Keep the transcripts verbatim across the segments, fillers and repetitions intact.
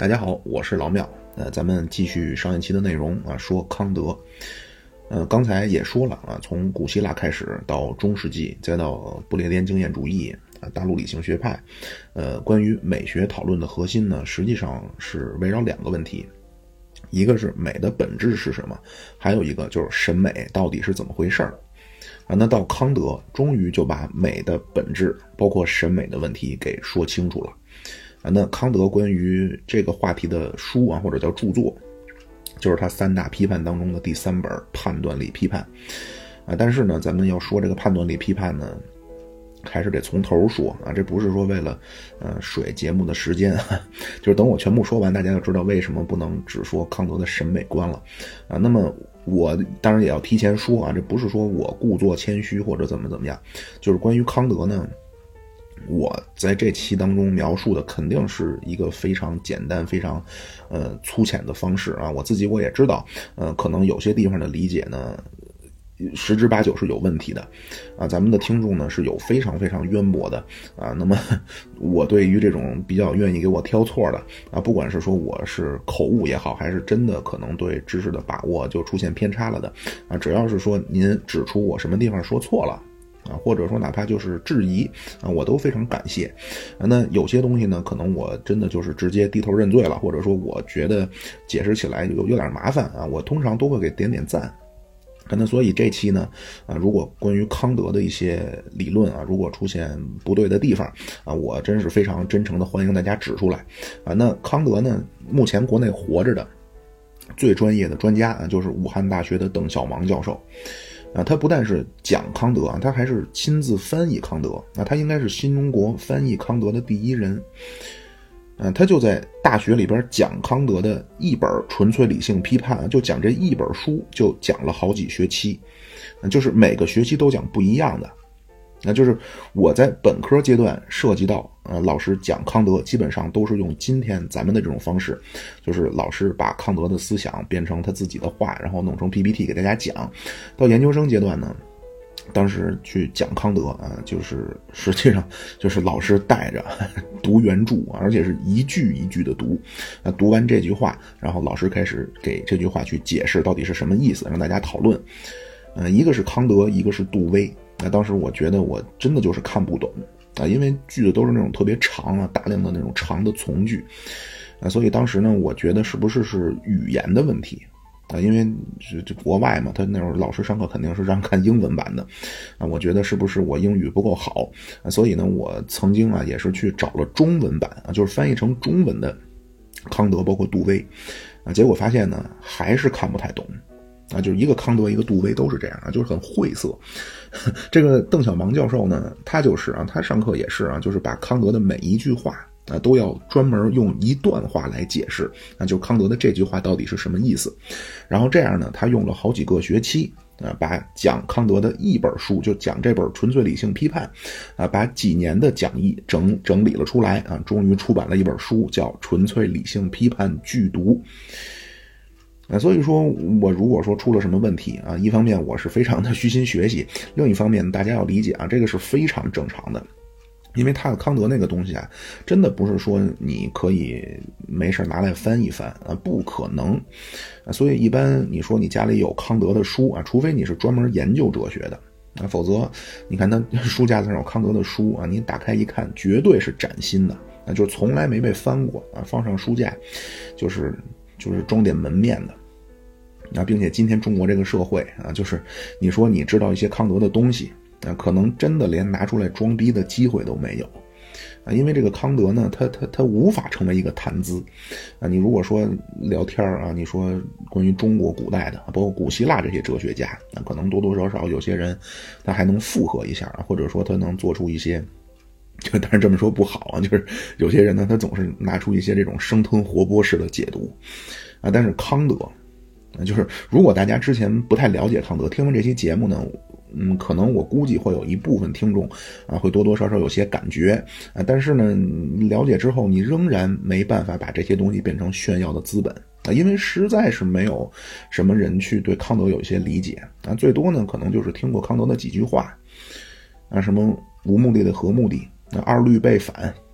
大家好，我是老庙。呃，咱们继续上一期的内容啊，说康德。呃，刚才也说了啊，从古希腊开始到中世纪，再到不列颠经验主义啊，大陆理性学派，呃，关于美学讨论的核心呢，实际上是围绕两个问题，一个是美的本质是什么，还有一个就是审美到底是怎么回事儿。啊，那到康德终于就把美的本质，包括审美的问题给说清楚了。啊，那康德关于这个话题的书啊，或者叫著作，就是他三大批判当中的第三本《判断力批判》啊。但是呢，咱们要说这个判断力批判呢，还是得从头说啊。这不是说为了呃水节目的时间，就是等我全部说完，大家就知道为什么不能只说康德的审美观了啊。那么我当然也要提前说啊，这不是说我故作谦虚或者怎么怎么样，就是关于康德呢，我在这期当中描述的肯定是一个非常简单非常呃粗浅的方式啊，我自己我也知道呃可能有些地方的理解呢十之八九是有问题的啊，咱们的听众呢是有非常非常渊博的啊，那么我对于这种比较愿意给我挑错的啊，不管是说我是口误也好，还是真的可能对知识的把握就出现偏差了的啊，只要是说您指出我什么地方说错了啊，或者说哪怕就是质疑啊，我都非常感谢啊。那有些东西呢，可能我真的就是直接低头认罪了，或者说我觉得解释起来有有点麻烦啊，我通常都会给点点赞。那所以这期呢，啊，如果关于康德的一些理论啊，如果出现不对的地方啊，我真是非常真诚的欢迎大家指出来啊。那康德呢，目前国内活着的最专业的专家啊，就是武汉大学的邓小芒教授。啊，他不但是讲康德啊，他还是亲自翻译康德啊，他应该是新中国翻译康德的第一人。嗯、啊，他就在大学里边讲康德的一本《纯粹理性批判》，就讲这一本书，就讲了好几学期，啊、就是每个学期都讲不一样的。那就是我在本科阶段涉及到呃，老师讲康德基本上都是用今天咱们的这种方式，就是老师把康德的思想变成他自己的话，然后弄成 P P T 给大家讲。到研究生阶段呢，当时去讲康德啊，就是实际上就是老师带着读原著，而且是一句一句的读啊，读完这句话，然后老师开始给这句话去解释到底是什么意思，让大家讨论。呃，一个是康德，一个是杜威。那当时我觉得我真的就是看不懂啊，因为句子都是那种特别长啊，大量的那种长的从句啊，所以当时呢，我觉得是不是是语言的问题啊？因为是这国外嘛，他那会儿老师上课肯定是让看英文版的啊，我觉得是不是我英语不够好啊？所以呢，我曾经啊也是去找了中文版啊，就是翻译成中文的康德，包括杜威啊，结果发现呢还是看不太懂。啊，就是一个康德，一个杜威都是这样啊，就是很晦涩。这个邓小芒教授呢，他就是啊，他上课也是啊，就是把康德的每一句话啊，都要专门用一段话来解释啊，就康德的这句话到底是什么意思。然后这样呢，他用了好几个学期啊，把讲康德的一本书，就讲这本《纯粹理性批判》啊，把几年的讲义整整理了出来啊，终于出版了一本书，叫《纯粹理性批判剧读》。啊，所以说我如果说出了什么问题啊，一方面我是非常的虚心学习，另一方面大家要理解啊，这个是非常正常的，因为他的康德那个东西啊，真的不是说你可以没事拿来翻一翻啊，不可能啊，所以一般你说你家里有康德的书啊，除非你是专门研究哲学的啊，否则你看他书架子上有康德的书啊，你打开一看，绝对是崭新的啊，就从来没被翻过啊，放上书架就是就是装点门面的。啊，并且今天中国这个社会啊，就是你说你知道一些康德的东西啊，可能真的连拿出来装逼的机会都没有啊，因为这个康德呢，他他他无法成为一个谈资啊。你如果说聊天啊，你说关于中国古代的，包括古希腊这些哲学家啊，可能多多少少有些人他还能附和一下啊，或者说他能做出一些。就当然这么说不好啊，就是有些人呢，他总是拿出一些这种生吞活剥式的解读啊，但是康德。就是如果大家之前不太了解康德，听完这期节目呢，嗯，可能我估计会有一部分听众啊，会多多少少有些感觉啊，但是呢，了解之后你仍然没办法把这些东西变成炫耀的资本啊，因为实在是没有什么人去对康德有一些理解啊，最多呢可能就是听过康德的几句话啊，什么无目的的和目的，二律背反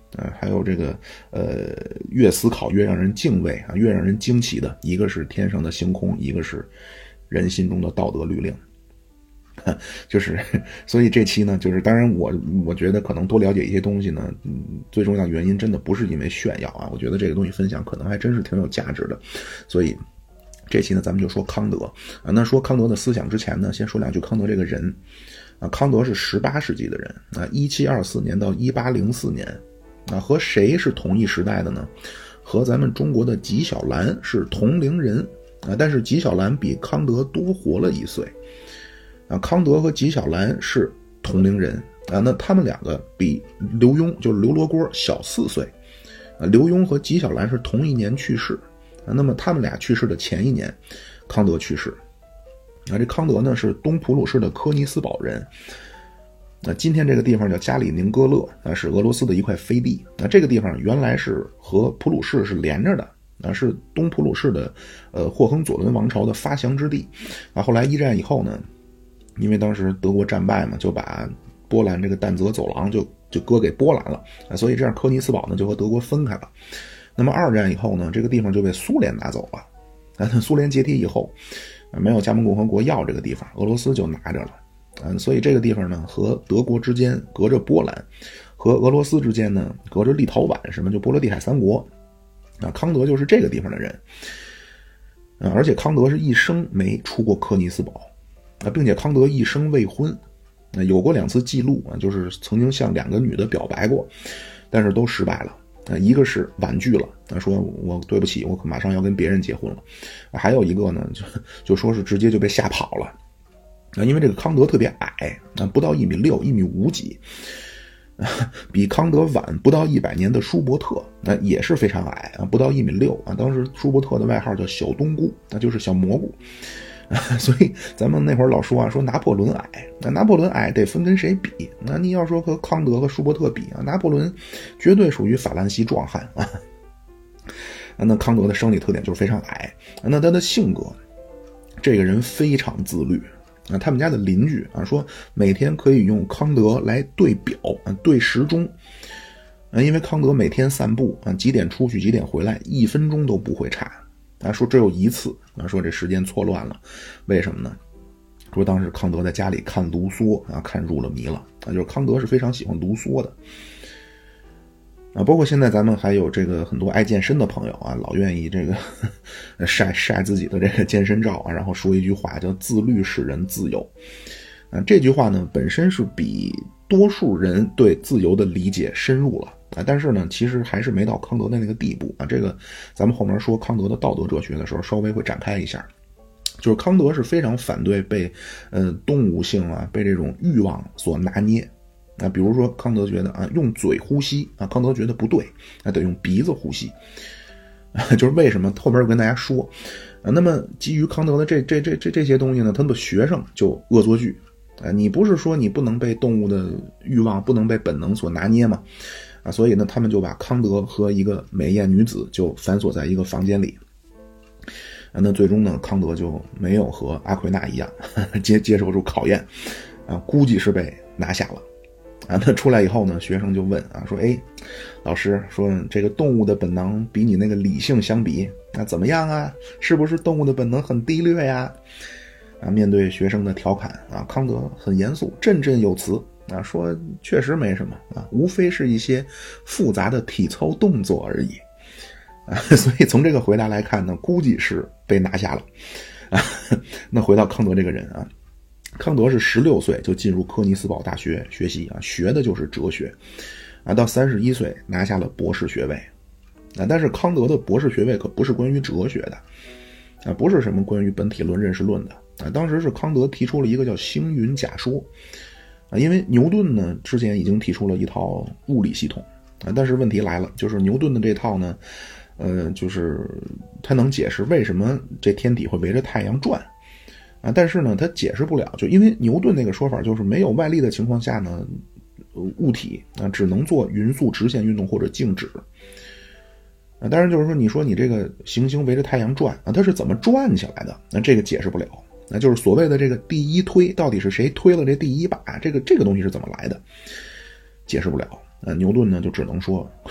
啊，还有这个呃，越思考越让人敬畏啊，越让人惊奇的，一个是天上的星空，一个是人心中的道德律令。就是所以这期呢，就是当然我我觉得可能多了解一些东西呢，嗯，最重要的原因真的不是因为炫耀啊，我觉得这个东西分享可能还真是挺有价值的。所以这期呢咱们就说康德啊。那说康德的思想之前呢，先说两句康德这个人啊。康德是十八世纪的人啊，一七二四年到一八零四年啊，和谁是同一时代的呢？和咱们中国的纪晓岚是同龄人啊，但是纪晓岚比康德多活了一岁。啊，康德和纪晓岚是同龄人啊，那他们两个比刘墉就是刘罗锅小四岁啊。刘墉和纪晓岚是同一年去世啊，那么他们俩去世的前一年，康德去世啊。这康德呢是东普鲁士的科尼斯堡人，那今天这个地方叫加里宁格勒啊，是俄罗斯的一块飞地啊。这个地方原来是和普鲁士是连着的啊，是东普鲁士的呃霍亨佐伦王朝的发祥之地啊。后来一战以后呢，因为当时德国战败嘛，就把波兰这个但泽走廊就就割给波兰了啊，所以这样科尼斯堡呢就和德国分开了。那么二战以后呢，这个地方就被苏联拿走了啊。苏联解体以后，没有加盟共和国要这个地方，俄罗斯就拿着了啊。所以这个地方呢，和德国之间隔着波兰，和俄罗斯之间呢隔着立陶宛，什么就波罗的海三国啊。康德就是这个地方的人啊，而且康德是一生没出过科尼斯堡。啊，并且康德一生未婚，啊，有过两次记录啊，就是曾经向两个女的表白过，但是都失败了啊。一个是婉拒了，啊，说我对不起，我马上要跟别人结婚了。啊，还有一个呢，就就说是直接就被吓跑了啊，因为这个康德特别矮啊，不到一米六，一米五几，啊，比康德晚不到一百年的舒伯特，那、啊、也是非常矮啊，不到一米六啊。当时舒伯特的外号叫小冬菇，那就是小蘑菇。所以咱们那会儿老说啊，说拿破仑矮，那拿破仑矮得分跟谁比？那你要说和康德和舒伯特比啊，拿破仑绝对属于法兰西壮汉啊。那康德的生理特点就是非常矮，那他的性格，这个人非常自律啊。他们家的邻居啊说，每天可以用康德来对表啊，对时钟啊，因为康德每天散步啊，几点出去几点回来，一分钟都不会差。啊，说只有一次啊，说这时间错乱了，为什么呢？说当时康德在家里看卢梭啊，看入了迷了啊，就是康德是非常喜欢卢梭的啊。包括现在咱们还有这个很多爱健身的朋友啊，老愿意这个呵呵晒晒自己的这个健身照啊，然后说一句话叫自律使人自由啊。这句话呢本身是比多数人对自由的理解深入了啊，但是呢其实还是没到康德的那个地步啊。这个咱们后面说康德的道德哲学的时候稍微会展开一下。就是康德是非常反对被呃动物性啊，被这种欲望所拿捏啊。比如说康德觉得啊用嘴呼吸啊，康德觉得不对啊，得用鼻子呼吸啊。就是为什么后边我跟大家说啊。那么基于康德的这这这这这些东西呢，他的学生就恶作剧啊。你不是说你不能被动物的欲望，不能被本能所拿捏吗？啊，所以呢他们就把康德和一个美艳女子就反锁在一个房间里。啊，那最终呢，康德就没有和阿奎那一样呵呵接接受住考验，啊，估计是被拿下了。啊，那出来以后呢，学生就问啊，说，哎，老师说这个动物的本能比你那个理性相比，那怎么样啊？是不是动物的本能很低劣呀？啊，面对学生的调侃啊，康德很严肃，振振有词啊，说确实没什么啊，无非是一些复杂的体操动作而已。啊，所以从这个回答来看呢，估计是被拿下了啊。那回到康德这个人啊，康德是十六岁就进入科尼斯堡大学学习啊，学的就是哲学啊，到三十一岁拿下了博士学位啊。但是康德的博士学位可不是关于哲学的啊，不是什么关于本体论、认识论的啊。当时是康德提出了一个叫星云假说啊，因为牛顿呢之前已经提出了一套物理系统啊，但是问题来了，就是牛顿的这套呢。呃，就是他能解释为什么这天体会围着太阳转啊，但是呢，他解释不了，就因为牛顿那个说法就是没有外力的情况下呢，物体啊只能做匀速直线运动或者静止啊。当然就是说，你说你这个行星围着太阳转啊，它是怎么转起来的？那这个解释不了。那就是所谓的这个第一推，到底是谁推了这第一把？这个这个东西是怎么来的？解释不了。呃，牛顿呢就只能说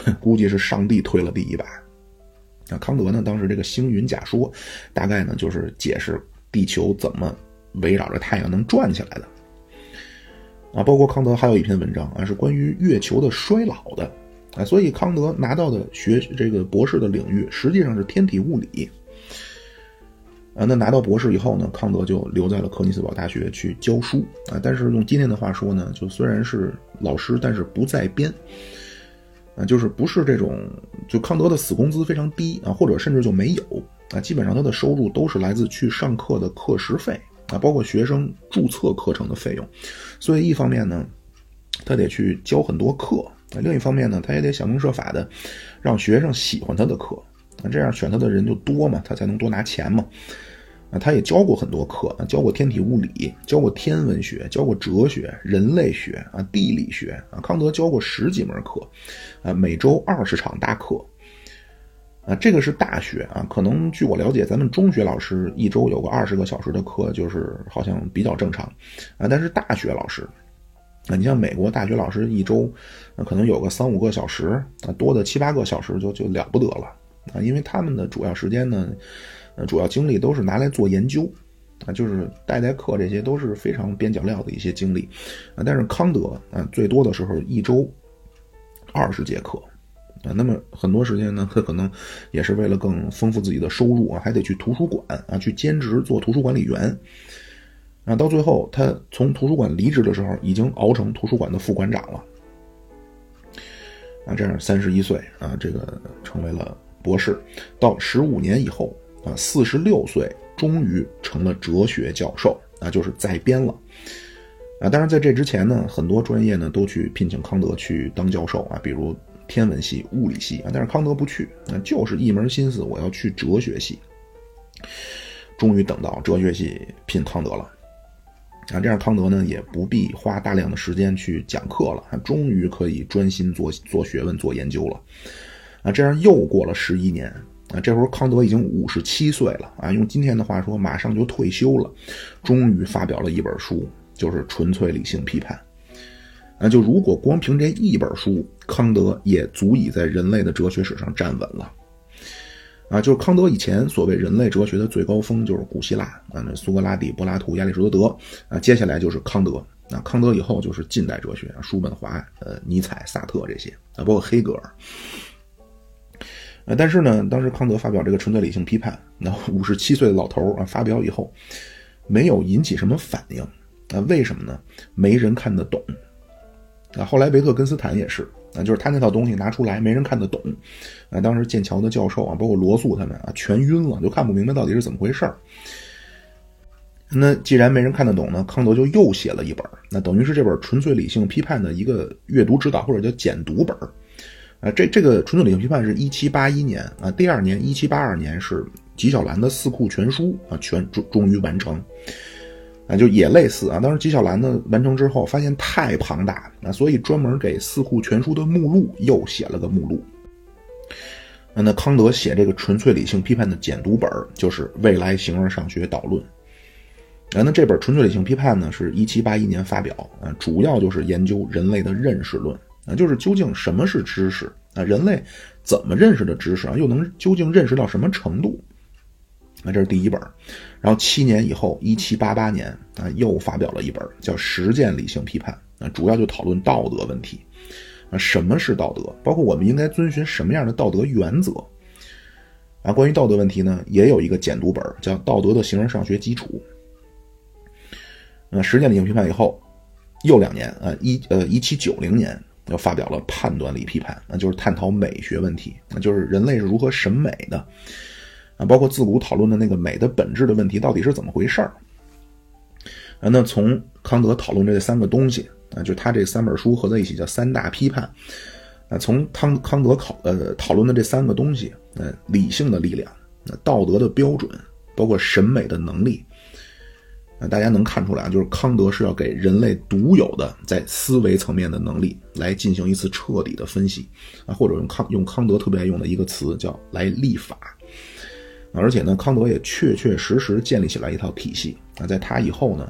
估计是上帝推了第一把。那康德呢，当时这个星云假说大概呢就是解释地球怎么围绕着太阳能转起来的啊。包括康德还有一篇文章啊，是关于月球的衰老的啊。所以康德拿到的学这个博士的领域实际上是天体物理啊。那拿到博士以后呢，康德就留在了柯尼斯堡大学去教书啊。但是用今天的话说呢，就虽然是老师，但是不在编啊，就是不是这种，就康德的死工资非常低啊，或者甚至就没有啊，基本上他的收入都是来自去上课的课时费啊，包括学生注册课程的费用。所以一方面呢，他得去教很多课，另一方面呢，他也得想方设法的让学生喜欢他的课啊，这样选他的人就多嘛，他才能多拿钱嘛。啊，他也教过很多课啊，教过天体物理，教过天文学，教过哲学、人类学啊、地理学啊。康德教过十几门课，啊，每周二十场大课，啊，这个是大学啊。可能据我了解，咱们中学老师一周有个二十个小时的课，就是好像比较正常啊。但是大学老师啊，你像美国大学老师一周，啊，可能有个三五个小时啊，多的七八个小时就就了不得了啊，因为他们的主要时间呢。主要精力都是拿来做研究啊，就是带带课，这些都是非常边角料的一些经历啊。但是康德啊，最多的时候一周二十节课啊，那么很多时间呢，他可能也是为了更丰富自己的收入啊，还得去图书馆啊，去兼职做图书管理员啊。到最后，他从图书馆离职的时候，已经熬成图书馆的副馆长了啊。这样三十一岁啊，这个成为了博士。到十五年以后。啊，四十六岁终于成了哲学教授啊，就是在编了啊。当然在这之前呢，很多专业呢都去聘请康德去当教授啊，比如天文系、物理系啊，但是康德不去啊，就是一门心思我要去哲学系。终于等到哲学系聘康德了啊，这样康德呢也不必花大量的时间去讲课了啊，终于可以专心做做学问、做研究了啊。这样又过了十一年。啊，这会儿康德已经五十七岁了啊，用今天的话说，马上就退休了，终于发表了一本书，就是《纯粹理性批判》啊。就如果光凭这一本书，康德也足以在人类的哲学史上站稳了啊。就是康德以前所谓人类哲学的最高峰就是古希腊啊，那苏格拉底、柏拉图、亚里士多德啊，接下来就是康德啊。康德以后就是近代哲学啊，叔本华、呃尼采、萨特这些啊，包括黑格尔。呃，但是呢，当时康德发表这个纯粹理性批判，那五十七岁的老头啊，发表以后没有引起什么反应啊？为什么呢？没人看得懂啊。后来维特根斯坦也是啊，就是他那套东西拿出来，没人看得懂啊。当时剑桥的教授啊，包括罗素他们啊，全晕了，就看不明白到底是怎么回事儿。那既然没人看得懂呢，康德就又写了一本，那等于是这本纯粹理性批判的一个阅读指导或者叫简读本。啊，这这个纯粹理性批判是一七八一年啊，第二年一七八二年是纪晓岚的四库全书啊，全终终于完成啊，就也类似啊。当时纪晓岚呢完成之后，发现太庞大啊，所以专门给四库全书的目录又写了个目录。啊，那康德写这个纯粹理性批判的简读本就是《未来形而上学导论》啊。那这本纯粹理性批判呢是一七八一年发表啊，主要就是研究人类的认识论。啊，就是究竟什么是知识啊？人类怎么认识的知识啊？又能究竟认识到什么程度？啊，这是第一本。然后七年以后，一七八八年啊，又发表了一本叫《实践理性批判》啊，主要就讨论道德问题啊，什么是道德？包括我们应该遵循什么样的道德原则啊？关于道德问题呢，也有一个简读本叫《道德的形而上学基础》。那实践理性批判以后，又两年啊，一呃一七九零年。又发表了判断力批判，那就是探讨美学问题，那就是人类是如何审美的啊，包括自古讨论的那个美的本质的问题到底是怎么回事儿啊。那从康德讨论这三个东西啊，就他这三本书合在一起叫三大批判啊。从康康德考呃讨论的这三个东西，呃，理性的力量，道德的标准，包括审美的能力。大家能看出来啊，就是康德是要给人类独有的在思维层面的能力来进行一次彻底的分析啊，或者用康用康德特别爱用的一个词叫来立法啊。而且呢，康德也确确实实建立起来一套体系啊，在他以后呢，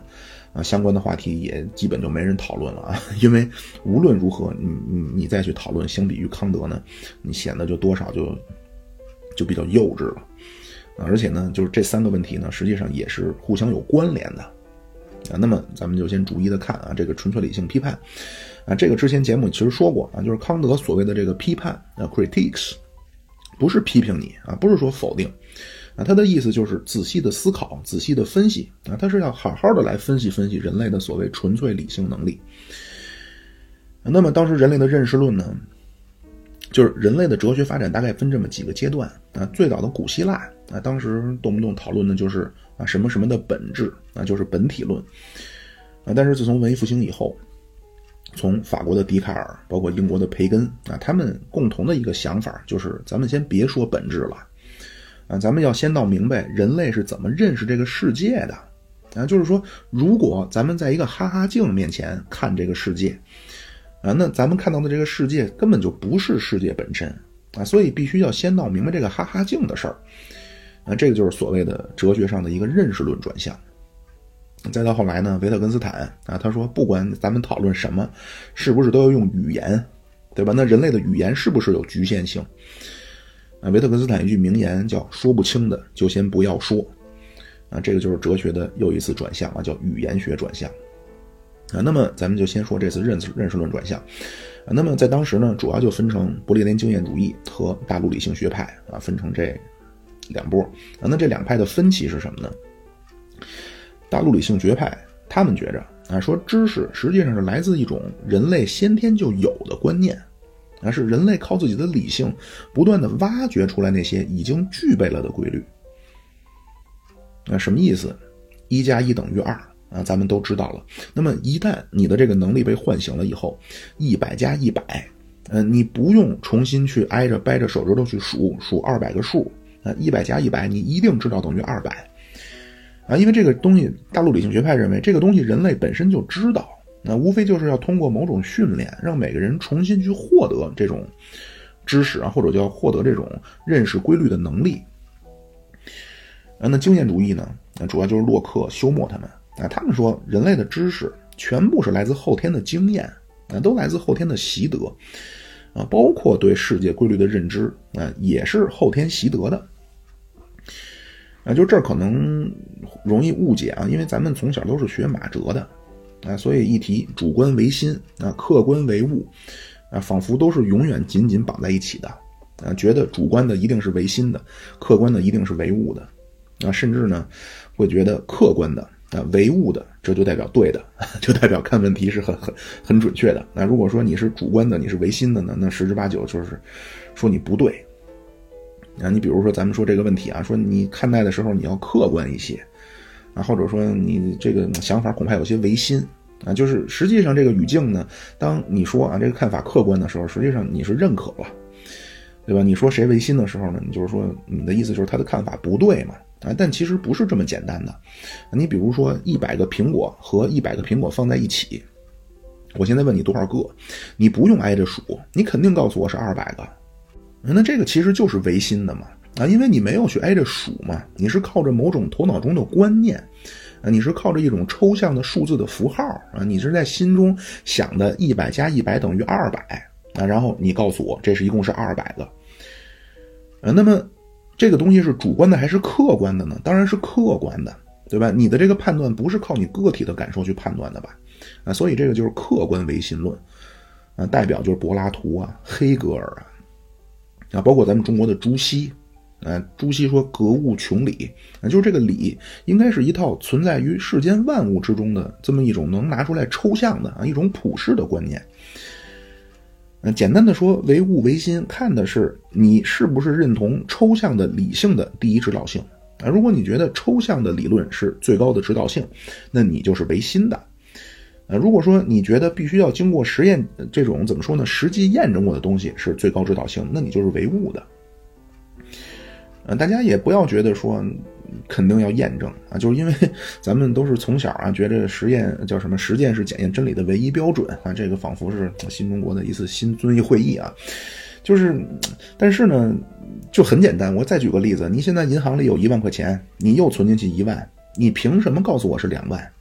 啊，相关的话题也基本就没人讨论了啊，因为无论如何，你你你再去讨论，相比于康德呢，你显得就多少就就比较幼稚了啊，而且呢，就是这三个问题呢，实际上也是互相有关联的啊。那么咱们就先逐一的看啊，这个纯粹理性批判啊，这个之前节目其实说过啊，就是康德所谓的这个批判啊 critiques， 不是批评你啊，不是说否定。啊，他的意思就是仔细的思考，仔细的分析啊，他是要好好的来分析分析人类的所谓纯粹理性能力。那么当时人类的认识论呢，就是人类的哲学发展大概分这么几个阶段啊。最早的古希腊啊，当时动不动讨论的就是啊什么什么的本质啊，就是本体论啊。但是自从文艺复兴以后，从法国的笛卡尔，包括英国的培根啊，他们共同的一个想法就是，咱们先别说本质了。啊，咱们要先闹明白人类是怎么认识这个世界的啊，就是说，如果咱们在一个哈哈镜面前看这个世界啊，那咱们看到的这个世界根本就不是世界本身啊，所以必须要先闹明白这个哈哈镜的事儿啊，这个就是所谓的哲学上的一个认识论转向。再到后来呢，维特根斯坦啊，他说不管咱们讨论什么，是不是都要用语言，对吧？那人类的语言是不是有局限性？啊，维特根斯坦一句名言叫说不清的就先不要说啊，这个就是哲学的又一次转向啊，叫语言学转向啊。那么咱们就先说这次认识认识论转向啊。那么在当时呢，主要就分成不列颠经验主义和大陆理性学派啊，分成这两波啊。那这两派的分歧是什么呢？大陆理性学派他们觉着啊，说知识实际上是来自一种人类先天就有的观念啊，是人类靠自己的理性不断的挖掘出来那些已经具备了的规律。啊，什么意思？一加一等于二啊，咱们都知道了。那么一旦你的这个能力被唤醒了以后，一百加一百，呃，你不用重新去挨着掰着手指头去数数二百个数啊，一百加一百，你一定知道等于二百啊，因为这个东西，大陆理性学派认为这个东西人类本身就知道。那无非就是要通过某种训练，让每个人重新去获得这种知识啊，或者叫获得这种认识规律的能力。啊，那经验主义呢，主要就是洛克、休谟他们啊，他们说人类的知识全部是来自后天的经验啊，都来自后天的习得啊，包括对世界规律的认知啊，也是后天习得的。啊，就这儿可能容易误解啊，因为咱们从小都是学马哲的。啊，所以一提主观唯心啊，客观唯物啊，仿佛都是永远紧紧绑在一起的啊，觉得主观的一定是唯心的，客观的一定是唯物的啊，甚至呢会觉得客观的啊唯物的这就代表对的，就代表看问题是很很很准确的。那如果说你是主观的，你是唯心的呢，那十之八九就是说你不对啊。你比如说咱们说这个问题啊，说你看待的时候你要客观一些。啊，或者说你这个想法恐怕有些违心啊，就是实际上这个语境呢，当你说啊这个看法客观的时候，实际上你是认可了，对吧？你说谁违心的时候呢，你就是说你的意思就是他的看法不对嘛啊，但其实不是这么简单的。你比如说一百个苹果和一百个苹果放在一起，我现在问你多少个，你不用挨着数，你肯定告诉我是二百个，那这个其实就是违心的嘛。啊，因为你没有去挨着数嘛，你是靠着某种头脑中的观念啊，你是靠着一种抽象的数字的符号啊，你是在心中想的一百加一百等于二百啊，然后你告诉我这是一共是二百个啊，那么这个东西是主观的还是客观的呢？当然是客观的，对吧？你的这个判断不是靠你个体的感受去判断的吧？啊，所以这个就是客观唯心论啊，代表就是柏拉图啊、黑格尔啊，啊，包括咱们中国的朱熹。啊，朱熹说格物穷理啊，就是这个理应该是一套存在于世间万物之中的这么一种能拿出来抽象的啊一种普世的观念。呃，简单的说，唯物唯心看的是你是不是认同抽象的理性的第一指导性啊。如果你觉得抽象的理论是最高的指导性，那你就是唯心的。呃，如果说你觉得必须要经过实验这种怎么说呢，实际验证过的东西是最高指导性，那你就是唯物的。呃，大家也不要觉得说肯定要验证啊，就是因为咱们都是从小啊觉得实验叫什么实践是检验真理的唯一标准啊，这个仿佛是新中国的一次新遵义会议啊。就是，但是呢，就很简单，我再举个例子，你现在银行里有一万块钱，你又存进去一万，你凭什么告诉我是两万？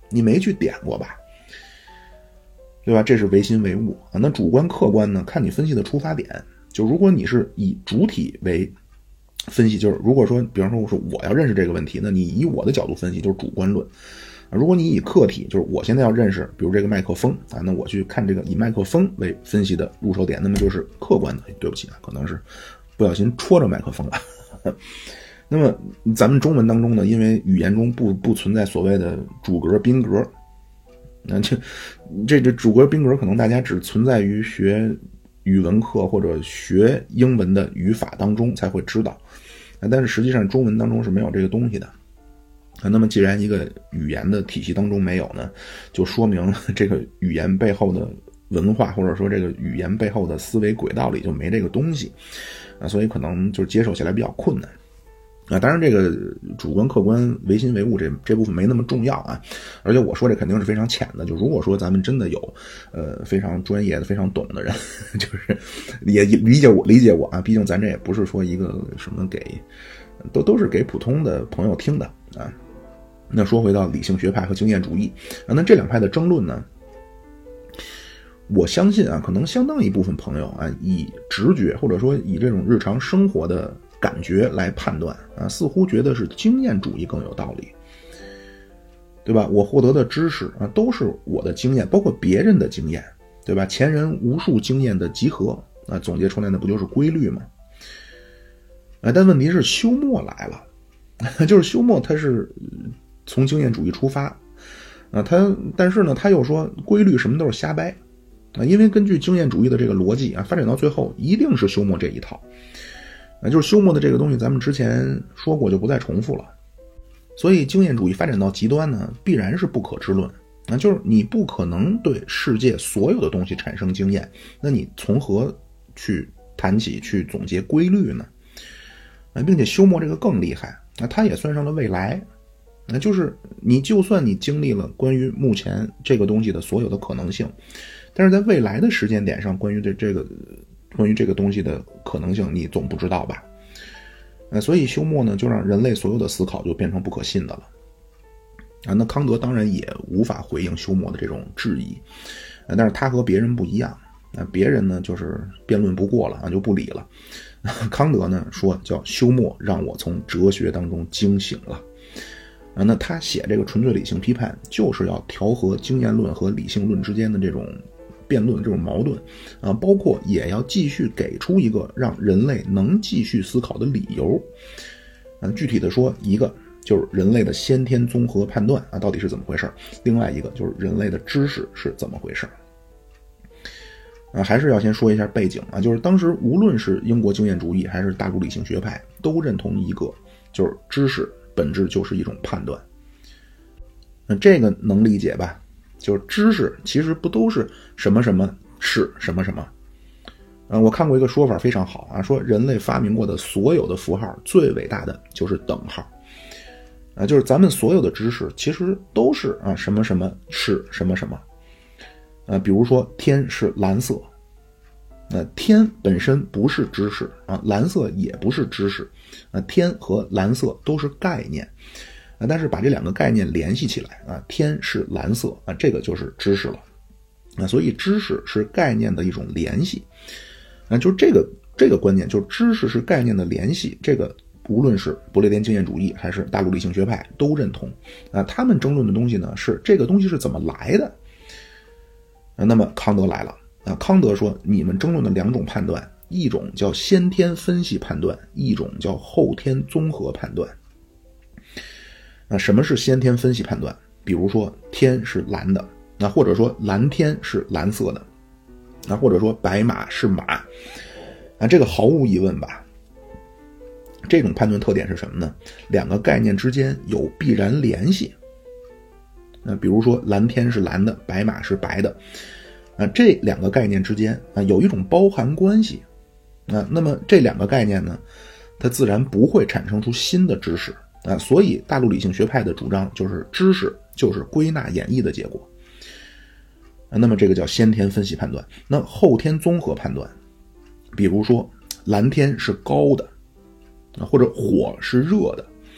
你没去点过吧，对吧？这是唯心唯物啊。那主观客观呢，看你分析的出发点。就如果你是以主体为分析，就是如果说比方说我说我要认识这个问题，那你以我的角度分析就是主观论。如果你以客体，就是我现在要认识比如这个麦克风啊，那我去看这个以麦克风为分析的入手点，那么就是客观的。对不起啊，可能是不小心戳着麦克风了。那么咱们中文当中呢，因为语言中不不存在所谓的主格宾格，那这这这主格宾格可能大家只存在于学语文课或者学英文的语法当中才会知道，但是实际上中文当中是没有这个东西的。那么既然一个语言的体系当中没有呢，就说明这个语言背后的文化或者说这个语言背后的思维轨道里就没这个东西啊，所以可能就是接受起来比较困难啊。当然这个主观客观唯心唯物这这部分没那么重要啊，而且我说这肯定是非常浅的。就如果说咱们真的有呃非常专业的非常懂的人，就是也理解我理解我啊，毕竟咱这也不是说一个什么给都都是给普通的朋友听的啊。那说回到理性学派和经验主义啊，那这两派的争论呢，我相信啊，可能相当一部分朋友啊，以直觉或者说以这种日常生活的感觉来判断啊，似乎觉得是经验主义更有道理，对吧？我获得的知识啊，都是我的经验，包括别人的经验，对吧？前人无数经验的集合啊，总结出来的不就是规律吗？啊，但问题是休谟来了，就是休谟他是从经验主义出发啊，他但是呢，他又说规律什么都是瞎掰啊，因为根据经验主义的这个逻辑啊，发展到最后一定是休谟这一套啊，就是休谟的这个东西，咱们之前说过，就不再重复了。所以经验主义发展到极端呢，必然是不可知论啊，就是你不可能对世界所有的东西产生经验，那你从何去谈起去总结规律呢？啊，并且休谟这个更厉害啊，他也算上了未来。那就是你就算你经历了关于目前这个东西的所有的可能性，但是在未来的时间点上，关于这这个关于这个东西的可能性，你总不知道吧？呃，所以休谟呢，就让人类所有的思考就变成不可信的了。啊，那康德当然也无法回应休谟的这种质疑，啊，但是他和别人不一样，啊，别人呢就是辩论不过了啊，就不理了。康德呢说叫休谟让我从哲学当中惊醒了。啊，那他写这个纯粹理性批判，就是要调和经验论和理性论之间的这种辩论、这种矛盾啊，包括也要继续给出一个让人类能继续思考的理由。啊，具体的说，一个就是人类的先天综合判断啊，到底是怎么回事；另外一个就是人类的知识是怎么回事。啊，还是要先说一下背景啊，就是当时无论是英国经验主义还是大陆理性学派，都认同一个，就是知识本质就是一种判断。那这个能理解吧？就是知识其实不都是什么什么是什么什么。嗯，我看过一个说法非常好啊，说人类发明过的所有的符号，最伟大的就是等号。啊，就是咱们所有的知识其实都是啊什么什么是什么什么。啊，比如说天是蓝色，那天本身不是知识啊，蓝色也不是知识啊，天和蓝色都是概念啊，但是把这两个概念联系起来啊，天是蓝色啊，这个就是知识了啊，所以知识是概念的一种联系啊，就这个这个观念，就是知识是概念的联系，这个无论是不列颠经验主义还是大陆理性学派都认同啊，他们争论的东西呢是这个东西是怎么来的。那么康德来了啊，康德说你们争论的两种判断，一种叫先天分析判断，一种叫后天综合判断。那什么是先天分析判断？比如说天是蓝的，那或者说蓝天是蓝色的，那或者说白马是马啊，这个毫无疑问吧。这种判断特点是什么呢？两个概念之间有必然联系。那比如说蓝天是蓝的，白马是白的啊，这两个概念之间啊有一种包含关系啊，那么这两个概念呢，它自然不会产生出新的知识啊，所以大陆理性学派的主张就是知识就是归纳演绎的结果啊，那么这个叫先天分析判断。那后天综合判断，比如说蓝天是高的啊，或者火是热的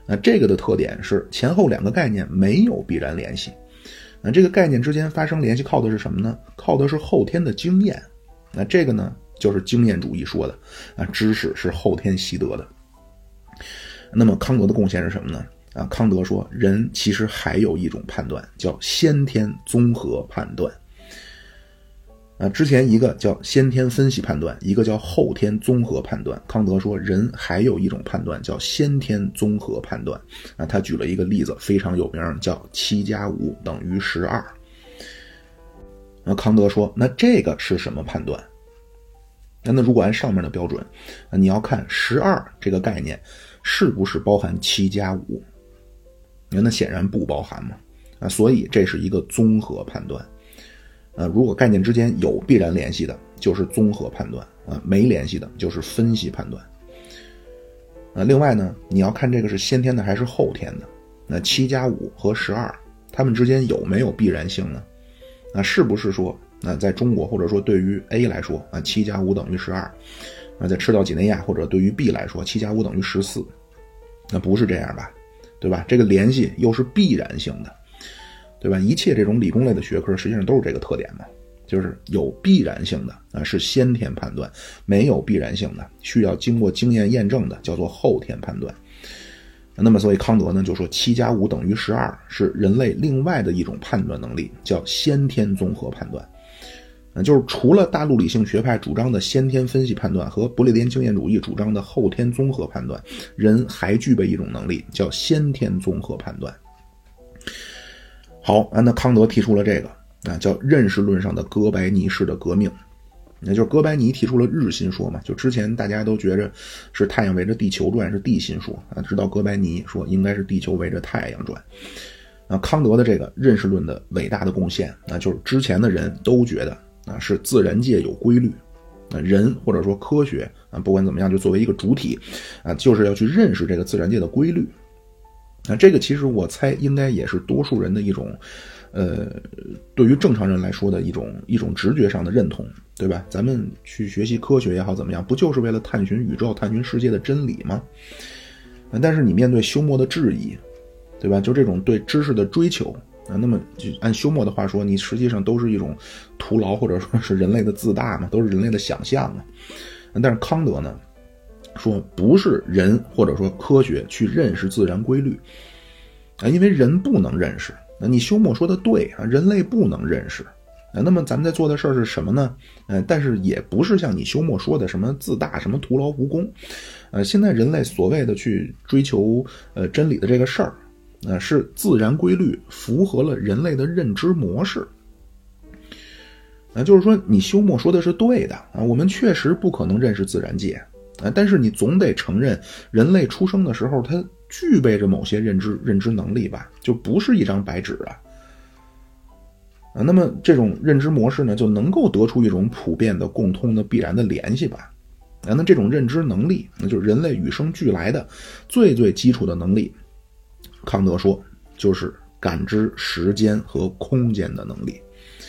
那这个的特点是前后两个概念没有必然联系。那这个概念之间发生联系靠的是什么呢？靠的是后天的经验。那这个呢，就是经验主义说的啊，知识是后天习得的。那么康德的贡献是什么呢？啊，康德说人其实还有一种判断叫先天综合判断。啊，之前一个叫先天分析判断，一个叫后天综合判断。康德说人还有一种判断叫先天综合判断。啊，他举了一个例子非常有名，叫七加五等于十二。那康德说那这个是什么判断？那那如果按上面的标准，啊，你要看十二这个概念是不是包含七加五？那显然不包含嘛。啊，所以这是一个综合判断。呃，如果概念之间有必然联系的，就是综合判断啊；没联系的，就是分析判断。啊，另外呢，你要看这个是先天的还是后天的。那七加五和十二，它们之间有没有必然性呢？啊，是不是说，那在中国或者说对于 A 来说啊，七加五等于十二；那在赤道几内亚或者对于 B 来说，七加五等于十四？那不是这样吧？对吧？这个联系又是必然性的。对吧？一切这种理工类的学科实际上都是这个特点嘛，就是有必然性的啊是先天判断，没有必然性的需要经过经验验证的叫做后天判断。那么所以康德呢就说七加五等于十二是人类另外的一种判断能力，叫先天综合判断。就是除了大陆理性学派主张的先天分析判断和不列颠经验主义主张的后天综合判断，人还具备一种能力叫先天综合判断。好，那康德提出了这个啊，叫认识论上的哥白尼式的革命。也就是哥白尼提出了日心说嘛，就之前大家都觉着是太阳围着地球转，是地心说啊，直到哥白尼说应该是地球围着太阳转。啊，康德的这个认识论的伟大的贡献啊，就是之前的人都觉得啊是自然界有规律，啊人或者说科学啊不管怎么样，就作为一个主体啊，就是要去认识这个自然界的规律。那这个其实我猜应该也是多数人的一种呃对于正常人来说的一种一种直觉上的认同，对吧？咱们去学习科学也好怎么样，不就是为了探寻宇宙探寻世界的真理吗？但是你面对休谟的质疑，对吧？就这种对知识的追求啊，那么就按休谟的话说，你实际上都是一种徒劳或者说是人类的自大嘛，都是人类的想象嘛。但是康德呢说不是人或者说科学去认识自然规律啊，因为人不能认识。那你休谟说的对啊，人类不能认识啊。那么咱们在做的事儿是什么呢？呃，但是也不是像你休谟说的什么自大、什么徒劳无功。呃，现在人类所谓的去追求呃真理的这个事儿，呃，是自然规律符合了人类的认知模式。啊，就是说你休谟说的是对的啊，我们确实不可能认识自然界。啊，但是你总得承认，人类出生的时候，他具备着某些认知认知能力吧，就不是一张白纸啊。啊，那么这种认知模式呢，就能够得出一种普遍的、共通的、必然的联系吧。啊，那这种认知能力，那就是人类与生俱来的最最基础的能力。康德说，就是感知时间和空间的能力。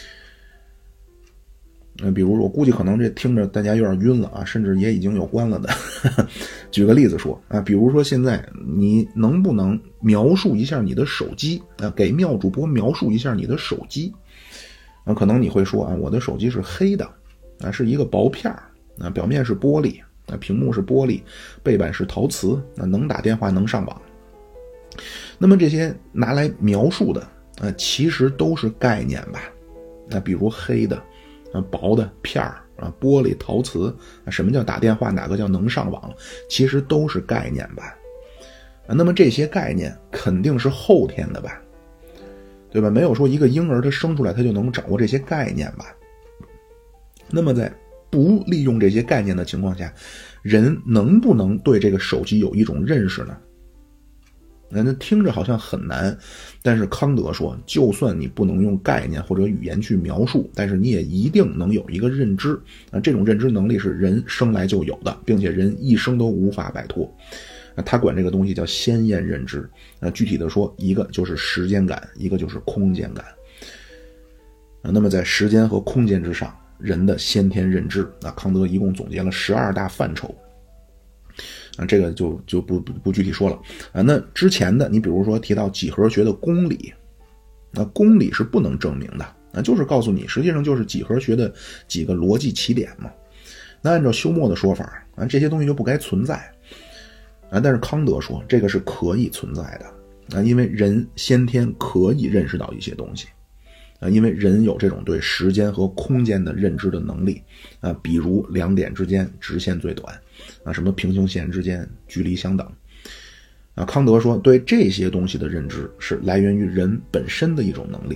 嗯，比如说我估计可能这听着大家有点晕了啊，甚至也已经有关了的。举个例子说啊，比如说现在你能不能描述一下你的手机啊？给妙主播描述一下你的手机啊？可能你会说啊，我的手机是黑的啊，是一个薄片啊，表面是玻璃啊，屏幕是玻璃，背板是陶瓷啊，能打电话能上网。那么这些拿来描述的啊，其实都是概念吧？啊，比如黑的。啊，薄的片儿啊，玻璃、陶瓷啊，什么叫打电话？哪个叫能上网？其实都是概念吧。啊，那么这些概念肯定是后天的吧，对吧？没有说一个婴儿他生出来他就能掌握这些概念吧。那么在不利用这些概念的情况下，人能不能对这个手机有一种认识呢？那听着好像很难，但是康德说，就算你不能用概念或者语言去描述，但是你也一定能有一个认知啊，这种认知能力是人生来就有的，并且人一生都无法摆脱。啊，他管这个东西叫先验认知。啊，具体的说，一个就是时间感，一个就是空间感。啊，那么在时间和空间之上，人的先天认知，啊，康德一共总结了十二大范畴。 啊，这个就就不不不具体说了啊。那之前的，你比如说提到几何学的公理，那公理是不能证明的，那就是告诉你，实际上就是几何学的几个逻辑起点嘛。那按照休谟的说法啊，这些东西就不该存在啊。但是康德说，这个是可以存在的啊，因为人先天可以认识到一些东西啊，因为人有这种对时间和空间的认知的能力啊，比如两点之间直线最短啊，什么平行线之间距离相等啊。康德说，对这些东西的认知是来源于人本身的一种能力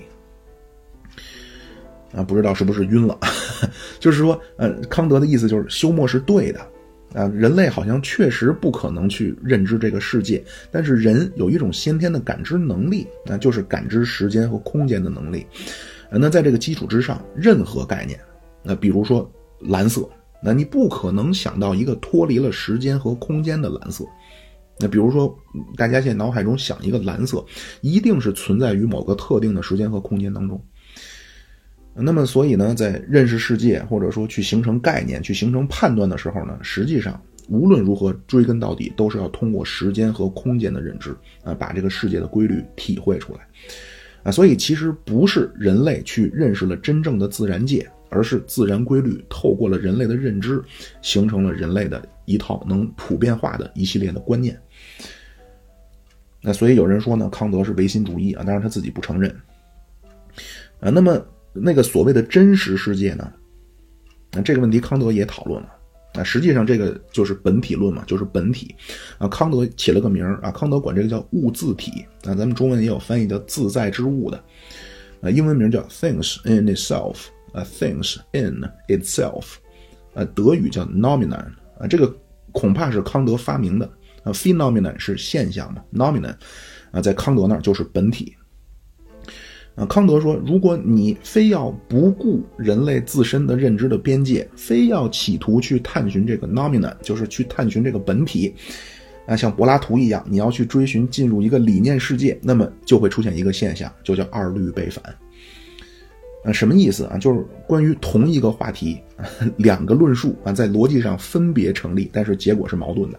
啊，不知道是不是晕了？就是说，呃，康德的意思就是休谟是对的啊，人类好像确实不可能去认知这个世界，但是人有一种先天的感知能力，那就是感知时间和空间的能力。呃、那在这个基础之上，任何概念，那比如说蓝色，那你不可能想到一个脱离了时间和空间的蓝色。那比如说，大家现在脑海中想一个蓝色，一定是存在于某个特定的时间和空间当中。那么所以呢，在认识世界或者说去形成概念去形成判断的时候呢，实际上无论如何追根到底都是要通过时间和空间的认知啊，把这个世界的规律体会出来啊。所以其实不是人类去认识了真正的自然界，而是自然规律透过了人类的认知形成了人类的一套能普遍化的一系列的观念。那所以有人说呢，康德是唯心主义啊，当然他自己不承认啊。那么那个所谓的真实世界呢，那这个问题康德也讨论了啊。实际上这个就是本体论嘛，就是本体啊。康德起了个名啊，康德管这个叫物自体啊，咱们中文也有翻译叫自在之物的啊，英文名叫 things in itself 啊 things in itself 啊，德语叫 nomen 啊，这个恐怕是康德发明的啊 phenomenon 是现象嘛 nomen 啊，在康德那儿就是本体。啊，康德说，如果你非要不顾人类自身的认知的边界，非要企图去探寻这个 nomen， 就是去探寻这个本体啊，像柏拉图一样，你要去追寻进入一个理念世界，那么就会出现一个现象，就叫二律背反。啊，什么意思啊？就是关于同一个话题，两个论述啊，在逻辑上分别成立，但是结果是矛盾的。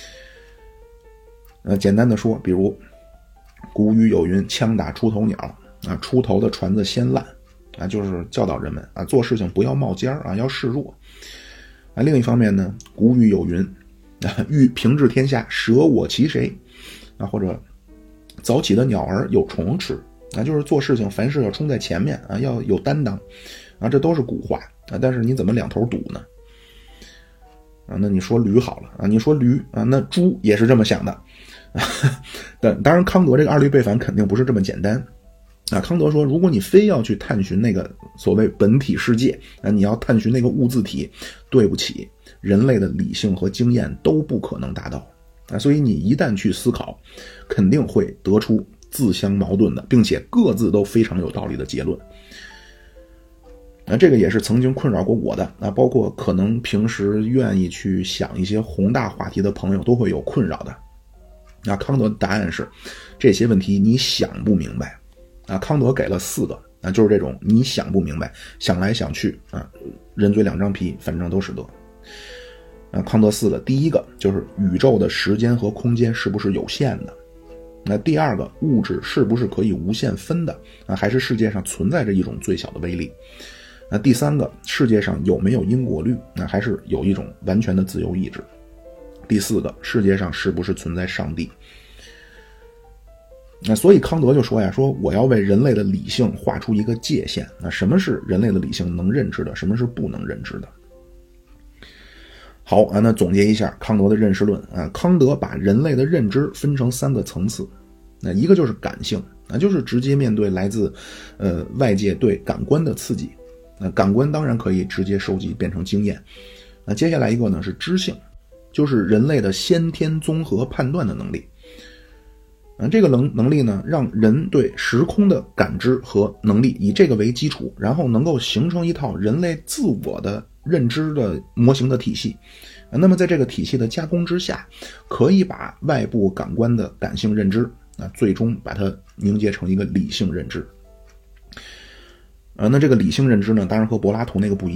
呃，简单的说，比如古语有云，枪打出头鸟啊，出头的船子先烂啊，就是教导人们啊，做事情不要冒尖啊，要示弱啊。另一方面呢，古语有云啊，欲平治天下，舍我其谁啊，或者早起的鸟儿有虫吃啊，就是做事情凡事要冲在前面啊，要有担当啊，这都是古话啊。但是你怎么两头堵呢？啊，那你说驴好了啊，你说驴啊，那猪也是这么想的。但当然，康德这个二律背反肯定不是这么简单。啊，康德说，如果你非要去探寻那个所谓本体世界啊，你要探寻那个物自体，对不起，人类的理性和经验都不可能达到啊。所以你一旦去思考，肯定会得出自相矛盾的，并且各自都非常有道理的结论。啊，这个也是曾经困扰过我的啊，包括可能平时愿意去想一些宏大话题的朋友都会有困扰的。啊，康德的答案是，这些问题你想不明白。啊，康德给了四个啊，就是这种你想不明白，想来想去啊，人嘴两张皮，反正都是得。啊，康德四个，第一个就是宇宙的时间和空间是不是有限的？那第二个，物质是不是可以无限分的？啊，还是世界上存在着一种最小的威力？那第三个，世界上有没有因果律？那还是有一种完全的自由意志？第四个，世界上是不是存在上帝？那所以康德就说呀，说我要为人类的理性画出一个界限。那什么是人类的理性能认知的，什么是不能认知的？好啊，那总结一下康德的认识论啊，康德把人类的认知分成三个层次。那一个就是感性啊，就是直接面对来自呃外界对感官的刺激。那感官当然可以直接收集变成经验。那接下来一个呢是知性，就是人类的先天综合判断的能力。啊，这个能能力呢，让人对时空的感知和能力以这个为基础，然后能够形成一套人类自我的认知的模型的体系。啊，那么在这个体系的加工之下，可以把外部感官的感性认知啊，最终把它凝结成一个理性认知。啊，那这个理性认知呢，当然和柏拉图那个不一样。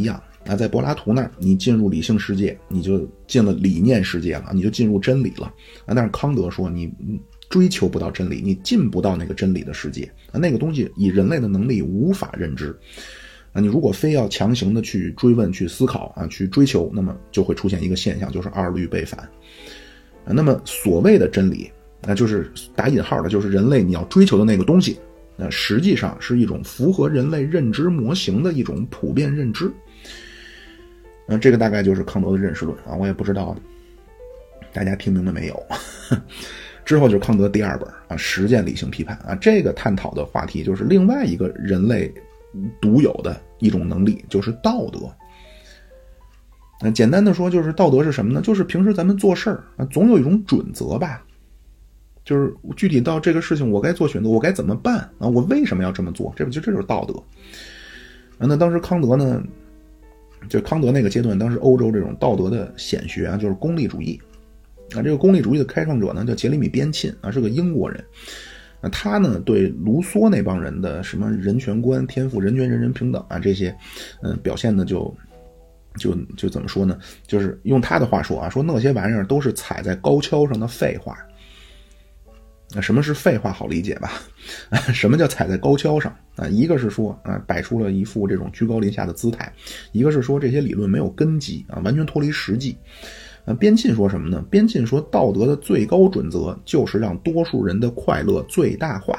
啊，在柏拉图那儿，你进入理性世界，你就进了理念世界了，你就进入真理了啊。但是康德说，你追求不到真理，你进不到那个真理的世界啊，那个东西以人类的能力无法认知啊。你如果非要强行的去追问、去思考啊、去追求，那么就会出现一个现象，就是二律背反啊。那么所谓的真理，那就是打引号的，就是人类你要追求的那个东西，那实际上是一种符合人类认知模型的一种普遍认知。嗯，这个大概就是康德的认识论啊，我也不知道大家听明白没有。之后就是康德第二本啊，实践理性批判啊，这个探讨的话题就是另外一个人类独有的一种能力，就是道德。那简单的说，就是道德是什么呢？就是平时咱们做事儿啊，总有一种准则吧，就是具体到这个事情我该做选择，我该怎么办啊？我为什么要这么做？这不就这就是道德啊？那当时康德呢？就康德那个阶段，当时欧洲这种道德的显学啊，就是功利主义啊。这个功利主义的开创者呢，叫杰里米·边沁啊，是个英国人。啊，他呢对卢梭那帮人的什么人权观、天赋人权、人人平等啊这些，嗯、呃，表现的就就就怎么说呢？就是用他的话说啊，说那些玩意儿都是踩在高跷上的废话。那什么是废话？好理解吧？什么叫踩在高跷上啊？一个是说啊，摆出了一副这种居高临下的姿态；一个是说这些理论没有根基啊，完全脱离实际。啊，边沁说什么呢？边沁说，道德的最高准则就是让多数人的快乐最大化。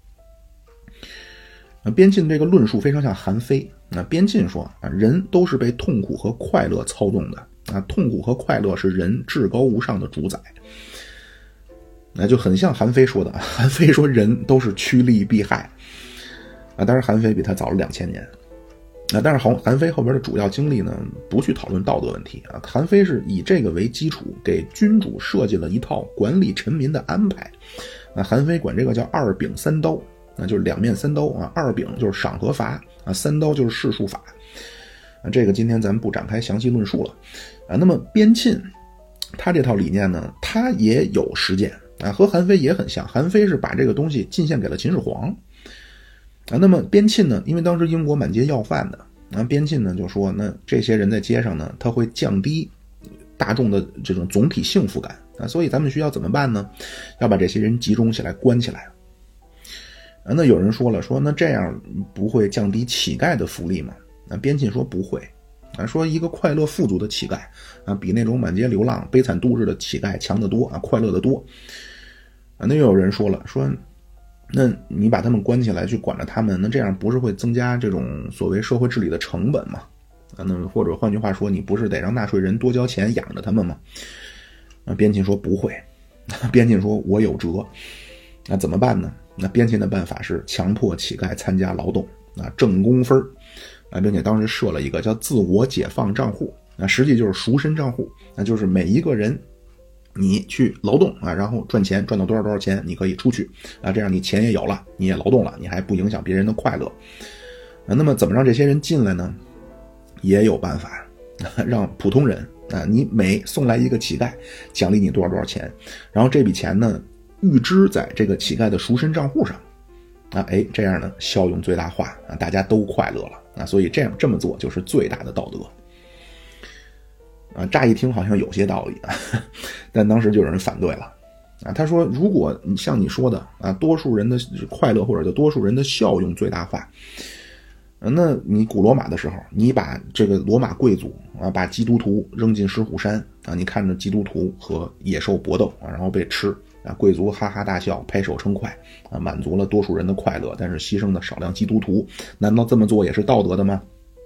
啊，边沁这个论述非常像韩非。啊，边沁说啊，人都是被痛苦和快乐操纵的啊，痛苦和快乐是人至高无上的主宰。那就很像韩非说的，韩非说人都是趋利避害啊，当然韩非比他早了两千年啊，但是韩韩非后边的主要经历呢，不去讨论道德问题啊，韩非是以这个为基础，给君主设计了一套管理臣民的安排啊，韩非管这个叫二柄三刀啊，就是两面三刀啊，二柄就是赏和罚啊，三刀就是世术法啊，这个今天咱们不展开详细论述了啊。那么边沁他这套理念呢，他也有实践啊，和韩非也很像。韩非是把这个东西进献给了秦始皇啊。那么边沁呢，因为当时英国满街要饭的啊，边沁呢就说，那这些人在街上呢，他会降低大众的这种总体幸福感啊，所以咱们需要怎么办呢？要把这些人集中起来，关起来啊。那有人说了，说那这样不会降低乞丐的福利吗？啊，边沁说不会啊，说一个快乐富足的乞丐啊，比那种满街流浪悲惨度日的乞丐强得多啊，快乐得多啊。那又有人说了，说那你把他们关起来去管着他们，那这样不是会增加这种所谓社会治理的成本吗？啊，那或者换句话说，你不是得让纳税人多交钱养着他们吗？啊，边沁说不会，边沁说我有辙。那怎么办呢？那边沁的办法是强迫乞丐参加劳动啊，挣工分啊，并且当时设了一个叫自我解放账户，那实际就是赎身账户，那就是每一个人你去劳动啊，然后赚钱，赚到多少多少钱你可以出去啊，这样你钱也有了，你也劳动了，你还不影响别人的快乐啊。那么怎么让这些人进来呢？也有办法，让普通人啊，你每送来一个乞丐，奖励你多少多少钱，然后这笔钱呢预支在这个乞丐的赎身账户上啊，哎，这样呢效用最大化啊，大家都快乐了啊，所以这样这么做就是最大的道德啊。乍一听好像有些道理啊，但当时就有人反对了啊。他说，如果你像你说的啊，多数人的快乐或者叫多数人的效用最大化，啊，那你古罗马的时候，你把这个罗马贵族啊，把基督徒扔进石虎山啊，你看着基督徒和野兽搏斗啊，然后被吃。啊，贵族哈哈大笑，拍手称快啊，满足了多数人的快乐，但是牺牲了少量基督徒，难道这么做也是道德的吗？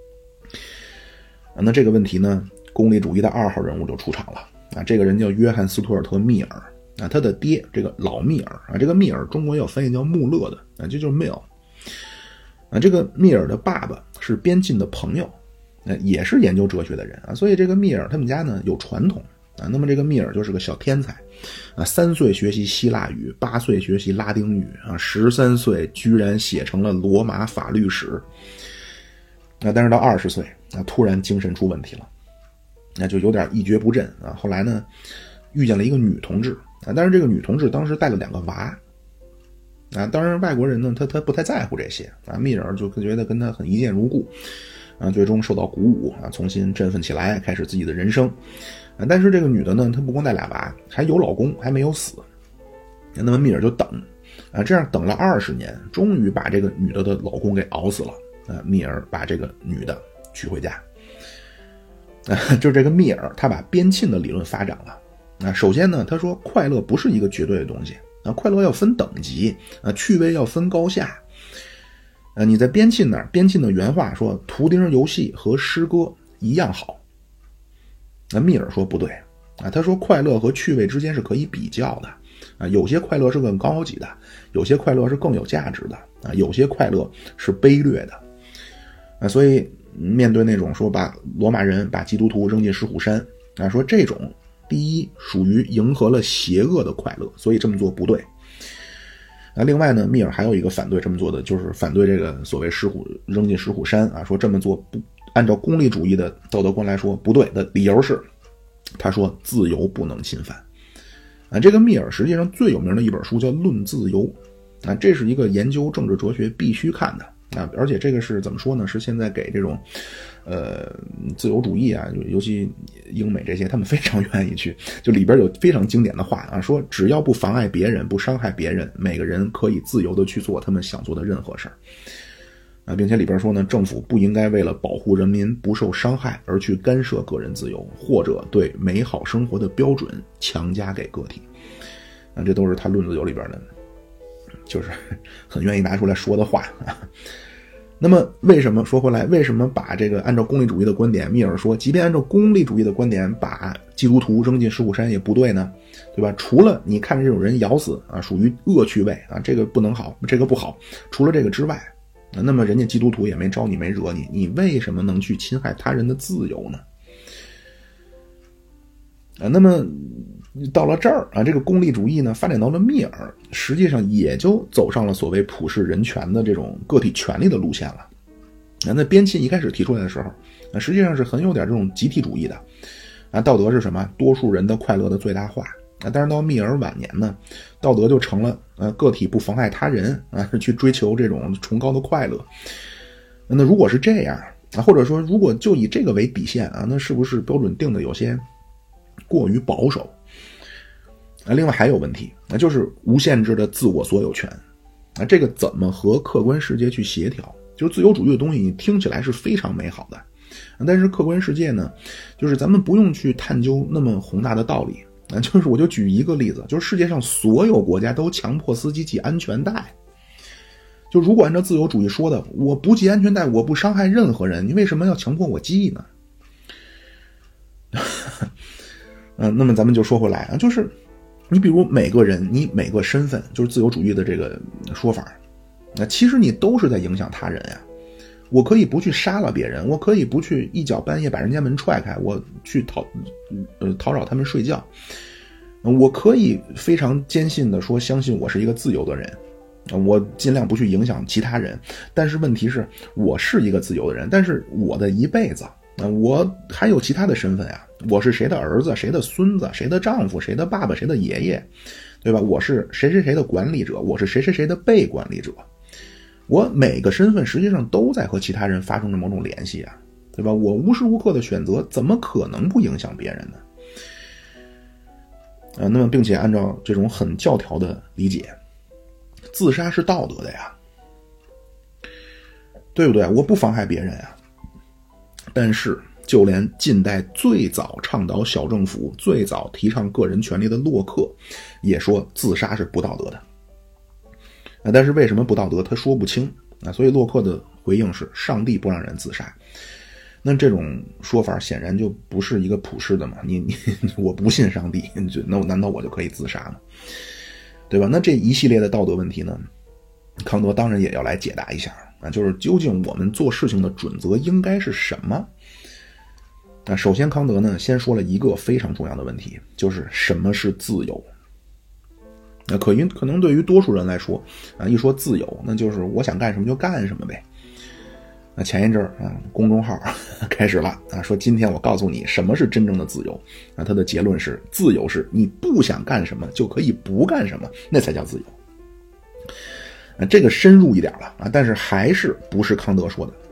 啊，那这个问题呢，功利主义的二号人物就出场了啊，这个人叫约翰斯图尔特密尔啊，他的爹这个老密尔啊，这个密尔中国也有翻译叫穆勒的啊，这就是 Mill 啊，这个密尔的爸爸是边沁的朋友，啊，也是研究哲学的人啊，所以这个密尔他们家呢有传统。啊，那么这个密尔就是个小天才，啊，三岁学习希腊语，八岁学习拉丁语，啊，十三岁居然写成了罗马法律史，啊，但是到二十岁，啊，突然精神出问题了，那就有点一蹶不振啊。后来呢，遇见了一个女同志，啊，但是这个女同志当时带了两个娃，啊，当然外国人呢，他他不太在乎这些，啊，密尔就觉得跟他很一见如故。 啊，最终受到鼓舞啊，重新振奋起来，开始自己的人生。啊，但是这个女的呢，她不光带俩娃，还有老公，还没有死。那么密尔就等，啊，这样等了二十年，终于把这个女的的老公给熬死了。啊，密尔把这个女的娶回家。啊，就是这个密尔，他把边沁的理论发展了。啊，首先呢，他说快乐不是一个绝对的东西啊，快乐要分等级啊，趣味要分高下。啊，你在边沁那儿，边沁的原话说，图钉游戏和诗歌一样好。那密尔说不对啊，他说快乐和趣味之间是可以比较的啊，有些快乐是更高级的，有些快乐是更有价值的啊，有些快乐是卑劣的啊，所以面对那种说把罗马人把基督徒扔进石虎山啊，说这种第一属于迎合了邪恶的快乐，所以这么做不对。那另外呢，密尔还有一个反对这么做的，就是反对这个所谓石虎扔进石虎山啊，说这么做不按照功利主义的道德观来说不对的理由是，他说自由不能侵犯。啊，这个密尔实际上最有名的一本书叫《论自由》啊，这是一个研究政治哲学必须看的啊，而且这个是怎么说呢？是现在给这种，呃，自由主义啊，尤其英美这些，他们非常愿意去，就里边有非常经典的话啊，说只要不妨碍别人，不伤害别人，每个人可以自由的去做他们想做的任何事儿。啊，并且里边说呢，政府不应该为了保护人民不受伤害而去干涉个人自由，或者对美好生活的标准强加给个体。啊，这都是他《论自由》里边的，就是很愿意拿出来说的话啊。那么为什么说回来，为什么把这个按照功利主义的观点，密尔说，即便按照功利主义的观点，把基督徒扔进石虎山也不对呢？对吧？除了你看着这种人咬死啊，属于恶趣味啊，这个不能好，这个不好。除了这个之外，那么人家基督徒也没招你，没惹你，你为什么能去侵害他人的自由呢？啊，那么到了这儿啊，这个功利主义呢发展到了密尔，实际上也就走上了所谓普世人权的这种个体权利的路线了。啊，那边沁一开始提出来的时候，啊，实际上是很有点这种集体主义的。啊，道德是什么？多数人的快乐的最大化。啊，但是到密尔晚年呢，道德就成了呃个体不妨碍他人啊，去追求这种崇高的快乐。那如果是这样啊，或者说如果就以这个为底线啊，那是不是标准定的有些过于保守？啊，另外还有问题，那就是无限制的自我所有权。啊，这个怎么和客观世界去协调？就是自由主义的东西，你听起来是非常美好的，但是客观世界呢，就是咱们不用去探究那么宏大的道理。啊，就是我就举一个例子，就是世界上所有国家都强迫司机系安全带。就如果按照自由主义说的，我不系安全带，我不伤害任何人，你为什么要强迫我系呢？嗯，那么咱们就说回来啊，就是你比如每个人，你每个身份，就是自由主义的这个说法，那其实你都是在影响他人呀。我可以不去杀了别人，我可以不去一脚半夜把人家门踹开，我去讨呃讨扰他们睡觉。我可以非常坚信的说，相信我是一个自由的人，我尽量不去影响其他人。但是问题是，我是一个自由的人，但是我的一辈子，我还有其他的身份呀。我是谁的儿子，谁的孙子，谁的丈夫，谁的爸爸，谁的爷爷，对吧？我是谁谁谁的管理者，我是谁谁谁的被管理者。我每个身份实际上都在和其他人发生着某种联系啊，对吧？我无时无刻的选择怎么可能不影响别人呢？呃，那么并且按照这种很教条的理解，自杀是道德的呀，对不对？我不妨害别人呀。但是就连近代最早倡导小政府、最早提倡个人权利的洛克也说自杀是不道德的。但是为什么不道德他说不清啊，所以洛克的回应是上帝不让人自杀。那这种说法显然就不是一个普世的嘛，你你我不信上帝，那难道我就可以自杀吗？对吧？那这一系列的道德问题呢，康德当然也要来解答一下啊，就是究竟我们做事情的准则应该是什么？那首先康德呢先说了一个非常重要的问题，就是什么是自由。那可因可能对于多数人来说啊，一说自由，那就是我想干什么就干什么呗。那前一阵儿啊，公众号开始了啊，说今天我告诉你什么是真正的自由。啊，他的结论是，自由是你不想干什么就可以不干什么，那才叫自由。啊，这个深入一点了啊，但是还是不是康德说的。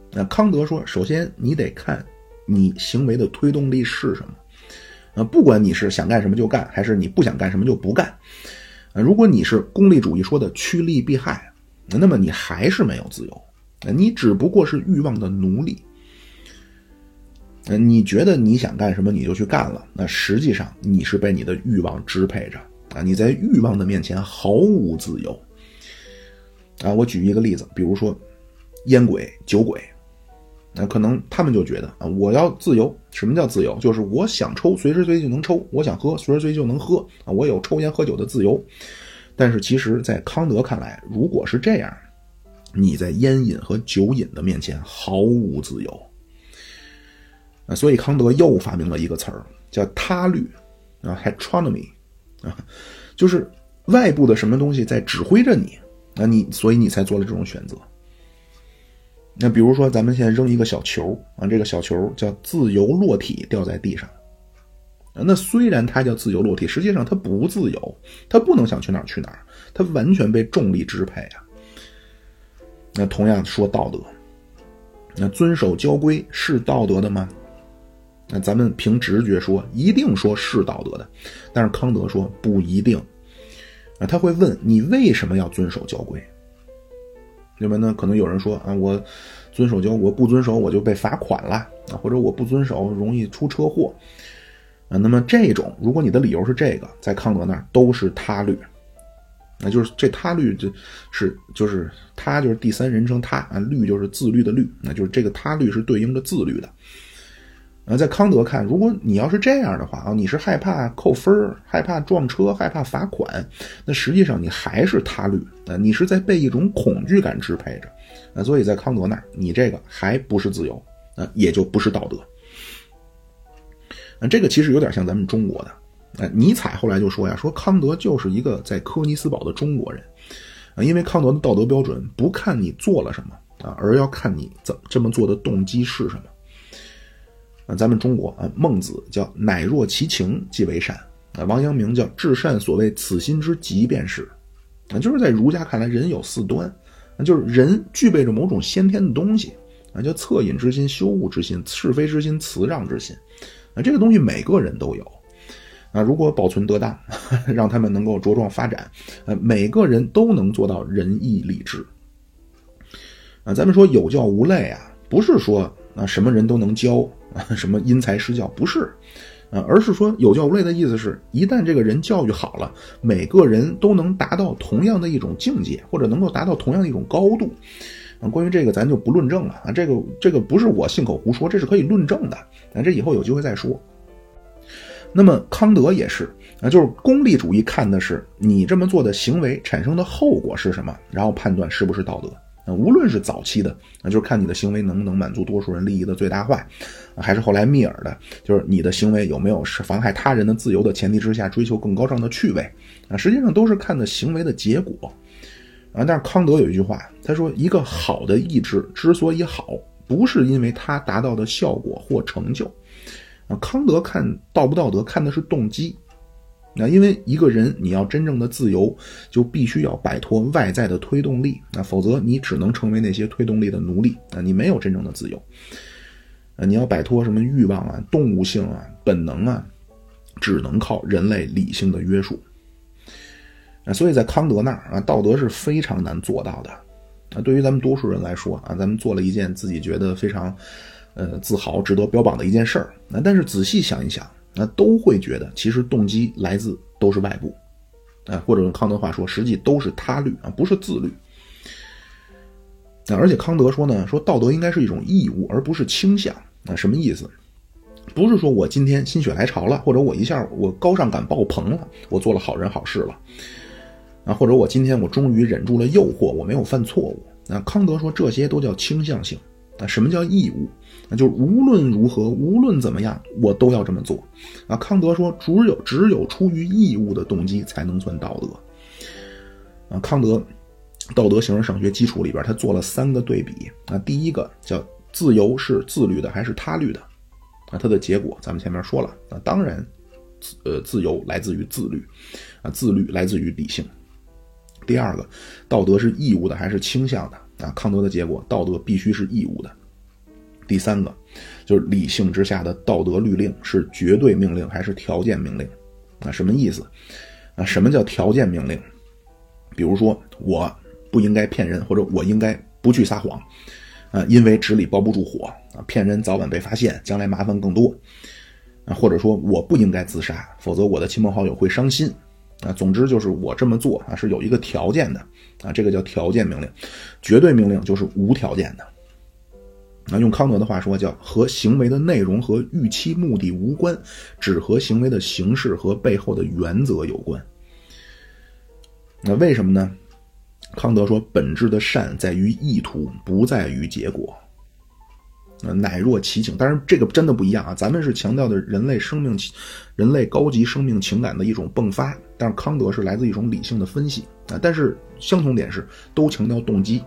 那康德说，首先你得看你行为的推动力是什么。呃，不管你是想干什么就干，还是你不想干什么就不干。呃，如果你是功利主义说的趋利避害，那么你还是没有自由，呃，你只不过是欲望的奴隶。呃，你觉得你想干什么你就去干了，那实际上你是被你的欲望支配着啊！你在欲望的面前毫无自由。啊，我举一个例子，比如说烟鬼、酒鬼。那可能他们就觉得啊，我要自由。什么叫自由？就是我想抽随时随地就能抽，我想喝随时随地就能喝啊，我有抽烟喝酒的自由。但是其实在康德看来，如果是这样，你在烟瘾和酒瘾的面前毫无自由啊。所以康德又发明了一个词儿叫他律啊 heteronomy 啊，就是外部的什么东西在指挥着你啊，你所以你才做了这种选择。那比如说咱们现在扔一个小球啊，这个小球叫自由落体掉在地上。那虽然它叫自由落体，实际上它不自由，它不能想去哪儿去哪儿，它完全被重力支配啊。那同样说道德，那遵守交规是道德的吗？那咱们凭直觉说一定说是道德的，但是康德说不一定啊。他会问你为什么要遵守交规？对吧？那可能有人说啊，我遵守交，我不遵守我就被罚款了啊，或者我不遵守容易出车祸啊。那么这种，如果你的理由是这个，在康德那儿都是他律，那就是这他律就是就是他就是第三人称他啊，律就是自律的律，那就是这个他律是对应着自律的。啊，在康德看，如果你要是这样的话啊，你是害怕扣分，害怕撞车，害怕罚款，那实际上你还是他律啊，你是在被一种恐惧感支配着啊，所以在康德那儿，你这个还不是自由啊，也就不是道德。啊，这个其实有点像咱们中国的啊，尼采后来就说呀，说康德就是一个在科尼斯堡的中国人啊，因为康德的道德标准不看你做了什么啊，而要看你怎么这么做的动机是什么。咱们中国啊，孟子叫乃若其情即为善啊，王阳明叫至善所谓此心之极便是啊，就是在儒家看来人有四端啊，就是人具备着某种先天的东西啊，叫恻隐之心、羞恶之心、是非之心、辞让之心啊，这个东西每个人都有啊，如果保存得当，让他们能够茁壮发展啊，每个人都能做到仁义礼智啊。咱们说有教无类啊，不是说啊什么人都能教什么因材施教，不是啊，而是说有教无类的意思是，一旦这个人教育好了，每个人都能达到同样的一种境界，或者能够达到同样的一种高度啊。关于这个咱就不论证了啊，这个这个不是我信口胡说，这是可以论证的啊，这以后有机会再说。那么康德也是啊，就是功利主义看的是你这么做的行为产生的后果是什么，然后判断是不是道德。无论是早期的就是看你的行为能不能满足多数人利益的最大化，还是后来密尔的，就是你的行为有没有妨害他人的自由的前提之下追求更高尚的趣味啊，实际上都是看的行为的结果啊。但是康德有一句话，他说一个好的意志之所以好，不是因为它达到的效果或成就啊。康德看道不道德看的是动机。那因为一个人你要真正的自由，就必须要摆脱外在的推动力，那否则你只能成为那些推动力的奴隶啊，你没有真正的自由啊。你要摆脱什么欲望啊、动物性啊、本能啊，只能靠人类理性的约束啊。所以在康德那儿啊，道德是非常难做到的啊。对于咱们多数人来说啊，咱们做了一件自己觉得非常呃自豪、值得标榜的一件事儿啊，但是仔细想一想，那都会觉得其实动机来自都是外部啊，或者用康德话说，实际都是他律啊，不是自律啊。而且康德说呢，说道德应该是一种义务而不是倾向啊。什么意思？不是说我今天心血来潮了，或者我一下我高尚感爆棚了，我做了好人好事了啊，或者我今天我终于忍住了诱惑，我没有犯错误啊。康德说这些都叫倾向性啊。什么叫义务？那就是无论如何，无论怎么样，我都要这么做啊。康德说，只有只有出于义务的动机才能算道德啊。康德道德形而上学基础里边，他做了三个对比啊。第一个叫自由是自律的还是他律的啊？它的结果咱们前面说了啊，当然，呃，自由来自于自律啊，自律来自于理性。第二个，道德是义务的还是倾向的啊？康德的结果，道德必须是义务的第三个就是理性之下的道德律令是绝对命令还是条件命令啊？什么意思啊？什么叫条件命令？比如说我不应该骗人，或者我应该不去撒谎啊，因为纸里包不住火啊，骗人早晚被发现，将来麻烦更多啊，或者说我不应该自杀，否则我的亲朋好友会伤心啊。总之就是我这么做啊是有一个条件的啊，这个叫条件命令。绝对命令就是无条件的啊，用康德的话说叫和行为的内容和预期目的无关，只和行为的形式和背后的原则有关。那为什么呢？康德说本质的善在于意图，不在于结果。乃若其情，当然这个真的不一样啊，咱们是强调的人类生命人类高级生命情感的一种迸发，但是康德是来自一种理性的分析啊，但是相同点是都强调动机。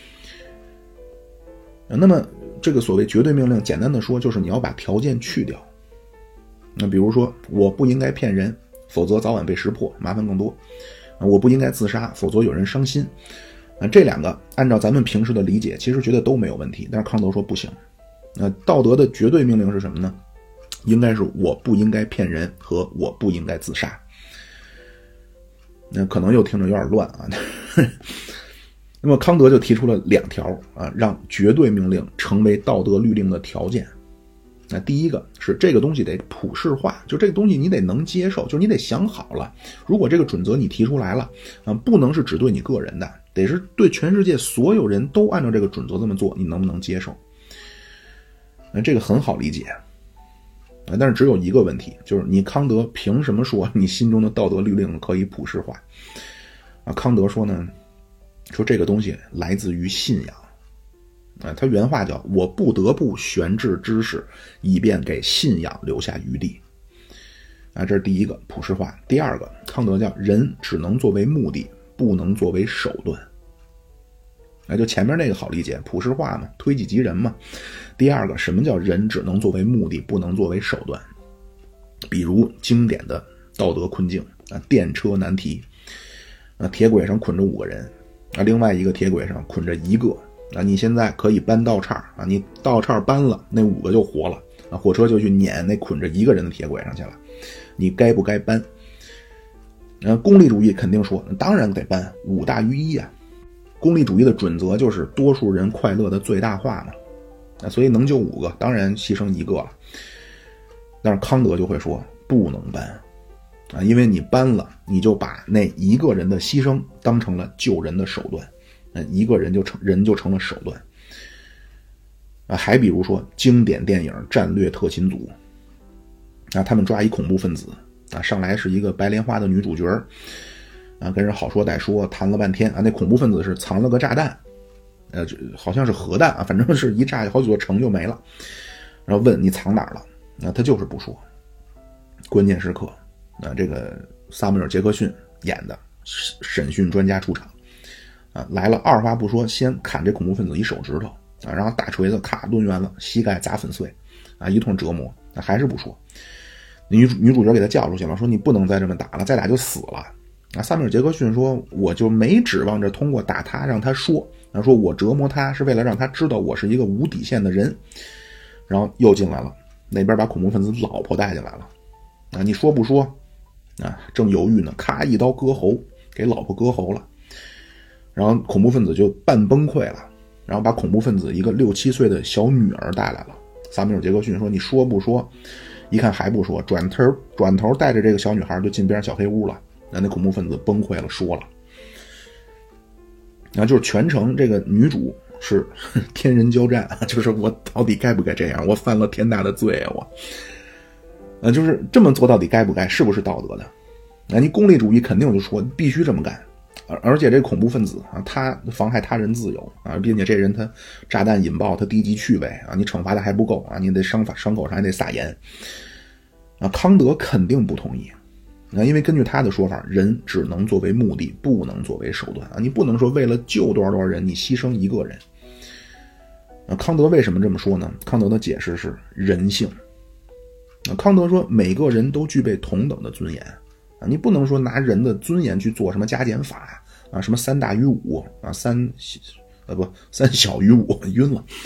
那么这个所谓绝对命令简单的说就是你要把条件去掉。那比如说我不应该骗人，否则早晚被识破，麻烦更多。我不应该自杀，否则有人伤心。这两个按照咱们平时的理解其实觉得都没有问题，但是康德说不行。那道德的绝对命令是什么呢？应该是我不应该骗人和我不应该自杀。那可能又听着有点乱啊。那么康德就提出了两条啊，让绝对命令成为道德律令的条件。那第一个是这个东西得普世化，就这个东西你得能接受，就是你得想好了，如果这个准则你提出来了啊，不能是只对你个人的，得是对全世界所有人都按照这个准则这么做，你能不能接受？那这个很好理解啊，但是只有一个问题，就是你康德凭什么说你心中的道德律令可以普世化啊？康德说呢，说这个东西来自于信仰啊，他原话叫我不得不悬置知识，以便给信仰留下余地啊，这是第一个普世化。第二个，康德叫人只能作为目的，不能作为手段啊，就前面那个好理解，普世化嘛，推己及人嘛。第二个，什么叫人只能作为目的，不能作为手段？比如经典的道德困境啊，电车难题啊，铁轨上捆着五个人啊，另外一个铁轨上捆着一个啊，你现在可以搬道岔啊，你道岔搬了，那五个就活了啊，火车就去撵那捆着一个人的铁轨上去了，你该不该搬？啊，功利主义肯定说，当然得搬，五大于一啊。功利主义的准则就是多数人快乐的最大化嘛，啊，所以能救五个，当然牺牲一个了。但是康德就会说不能搬啊，因为你搬了，你就把那一个人的牺牲当成了救人的手段，啊，一个人就成人就成了手段。啊，还比如说经典电影《战略特勤组》，啊，他们抓一恐怖分子，啊，上来是一个白莲花的女主角。啊，跟人好说歹说谈了半天啊，那恐怖分子是藏了个炸弹，呃，好像是核弹啊，反正是一炸好几座城就没了。然后问你藏哪儿了，那他就是不说。关键时刻，啊，这个萨缪尔·杰克逊演的审讯专家出场，啊，来了二话不说，先砍这恐怖分子一手指头啊，然后大锤子咔抡圆了，膝盖砸粉碎，啊，一通折磨，啊，还是不说。女主女主角给他叫出去了，说你不能再这么打了，再打就死了。啊，萨缪尔·杰克逊说，我就没指望着通过打他让他说，啊，说我折磨他是为了让他知道我是一个无底线的人。然后又进来了，那边把恐怖分子老婆带进来了，啊，你说不说？啊，正犹豫呢，咔一刀割喉，给老婆割喉了。然后恐怖分子就半崩溃了，然后把恐怖分子一个六七岁的小女儿带来了。萨缪尔·杰克逊说，你说不说？一看还不说，转头转头带着这个小女孩就进边小黑屋了。那那恐怖分子崩溃了，说了，然后就是全程这个女主是天人交战，就是我到底该不该这样？我犯了天大的罪啊！我，呃，就是这么做到底该不该？是不是道德的？那你功利主义肯定就说必须这么干，而而且这恐怖分子啊，他妨害他人自由啊，并且这人他炸弹引爆，他低级趣味啊，你惩罚的还不够啊，你得伤法伤口上还得撒盐啊。康德肯定不同意。那因为根据他的说法，人只能作为目的，不能作为手段啊！你不能说为了救多少多少人，你牺牲一个人。啊，康德为什么这么说呢？康德的解释是人性。啊，康德说每个人都具备同等的尊严啊，你不能说拿人的尊严去做什么加减法啊，什么三大于五啊，三呃不三小于五晕了，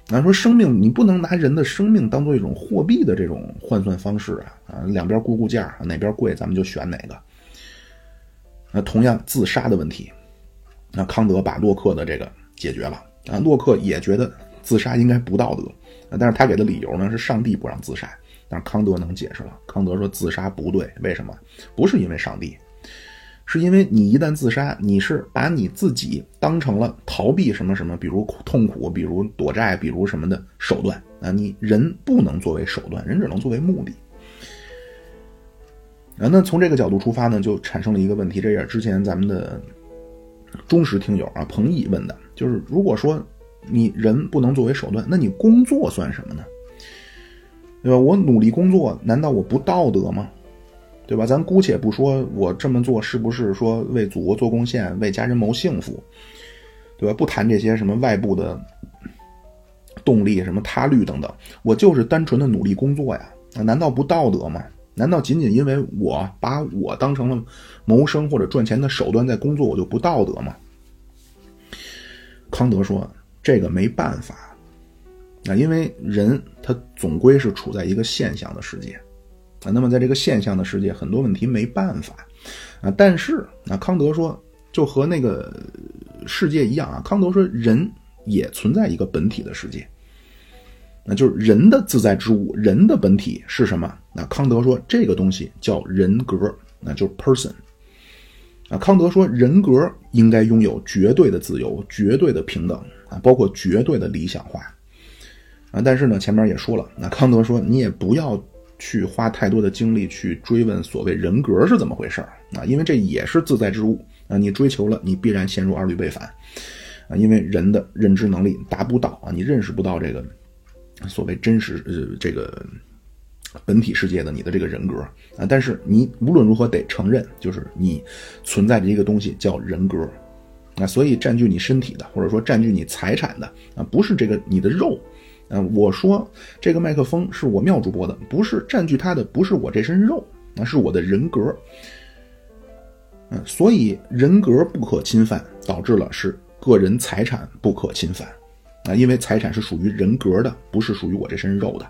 啊，说生命你不能拿人的生命当做一种货币的这种换算方式啊，啊，两边估估价，哪边贵咱们就选哪个。那同样自杀的问题，那康德把洛克的这个解决了啊，洛克也觉得自杀应该不道德，啊，但是他给的理由呢是上帝不让自杀，但是康德能解释了，康德说自杀不对，为什么？不是因为上帝，是因为你一旦自杀，你是把你自己当成了逃避什么什么，比如痛苦，比如躲债，比如什么的手段啊！你人不能作为手段，人只能作为目的啊。那从这个角度出发呢，就产生了一个问题，这也是之前咱们的忠实听友啊彭毅问的，就是如果说你人不能作为手段，那你工作算什么呢？对吧？我努力工作，难道我不道德吗？对吧？咱姑且不说我这么做是不是说为祖国做贡献，为家人谋幸福，对吧？不谈这些什么外部的动力，什么他律等等，我就是单纯的努力工作呀，难道不道德吗？难道仅仅因为我把我当成了谋生或者赚钱的手段在工作，我就不道德吗？康德说这个没办法啊，因为人他总归是处在一个现象的世界啊，那么在这个现象的世界，很多问题没办法啊。但是啊，康德说，就和那个世界一样啊，康德说人也存在一个本体的世界，那就是人的自在之物，人的本体是什么？那康德说这个东西叫人格，那就是 person。啊，康德说人格应该拥有绝对的自由，绝对的平等啊，包括绝对的理想化啊。但是呢，前面也说了，那康德说你也不要去花太多的精力去追问所谓人格是怎么回事啊，因为这也是自在之物啊，你追求了，你必然陷入二律背反啊，因为人的认知能力达不到啊，你认识不到这个所谓真实呃这个本体世界的你的这个人格啊，但是你无论如何得承认，就是你存在着一个东西叫人格啊，所以占据你身体的，或者说占据你财产的啊，不是这个你的肉。啊，我说这个麦克风是我妙主播的，不是占据它的，不是我这身肉，那是我的人格。嗯，所以人格不可侵犯，导致了是个人财产不可侵犯啊，因为财产是属于人格的，不是属于我这身肉的。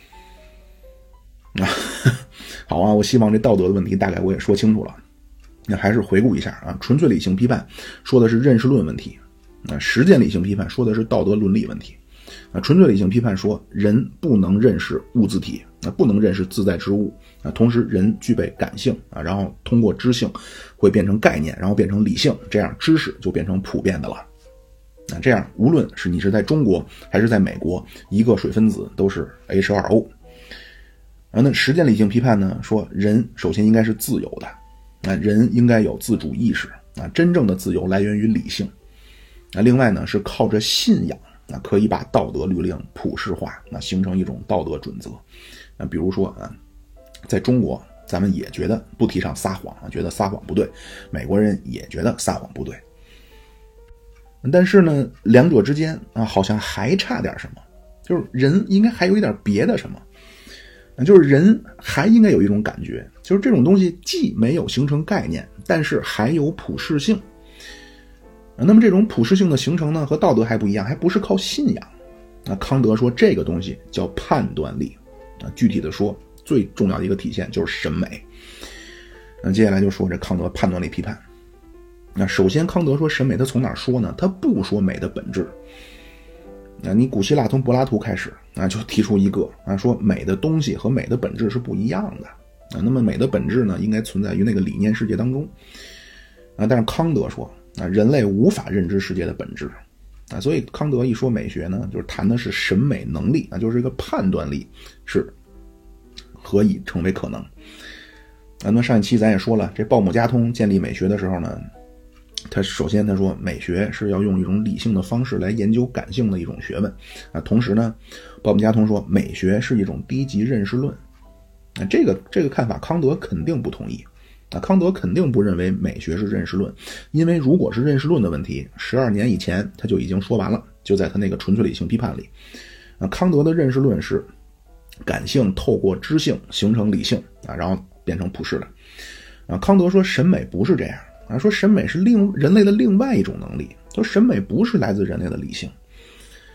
啊，好啊，我希望这道德的问题大概我也说清楚了。那还是回顾一下啊，纯粹理性批判说的是认识论问题，啊，实践理性批判说的是道德伦理问题。啊，纯粹理性批判说人不能认识物自体，啊，不能认识自在之物，啊，同时人具备感性啊，然后通过知性会变成概念，然后变成理性，这样知识就变成普遍的了。啊，这样无论是你是在中国还是在美国，一个水分子都是 H 二 O。然后呢，实践理性批判呢说人首先应该是自由的，啊，人应该有自主意识，啊，真正的自由来源于理性。啊，另外呢是靠着信仰。那可以把道德律令普世化，那形成一种道德准则。那比如说啊，在中国咱们也觉得不提倡撒谎啊，觉得撒谎不对，美国人也觉得撒谎不对。但是呢，两者之间啊，好像还差点什么，就是人应该还有一点别的什么，就是人还应该有一种感觉，就是这种东西既没有形成概念，但是还有普适性。那么这种普适性的形成呢，和道德还不一样，还不是靠信仰。那康德说这个东西叫判断力，啊，具体的说，最重要的一个体现就是审美。那接下来就说这康德判断力批判。那首先康德说审美，他从哪说呢？他不说美的本质。那你古希腊从柏拉图开始啊，就提出一个啊，说美的东西和美的本质是不一样的啊。那么美的本质呢，应该存在于那个理念世界当中啊。但是康德说啊，人类无法认知世界的本质啊，所以康德一说美学呢，就是谈的是审美能力啊，就是一个判断力是何以成为可能啊。那么上一期咱也说了，这鲍姆加通建立美学的时候呢，他首先他说美学是要用一种理性的方式来研究感性的一种学问啊，同时呢，鲍姆加通说美学是一种低级认识论啊，这个这个看法康德肯定不同意。啊，康德肯定不认为美学是认识论，因为如果是认识论的问题，十二年以前他就已经说完了，就在他那个纯粹理性批判里。啊，康德的认识论是感性透过知性形成理性啊，然后变成普世的。啊，康德说审美不是这样啊，说审美是另人类的另外一种能力，说审美不是来自人类的理性。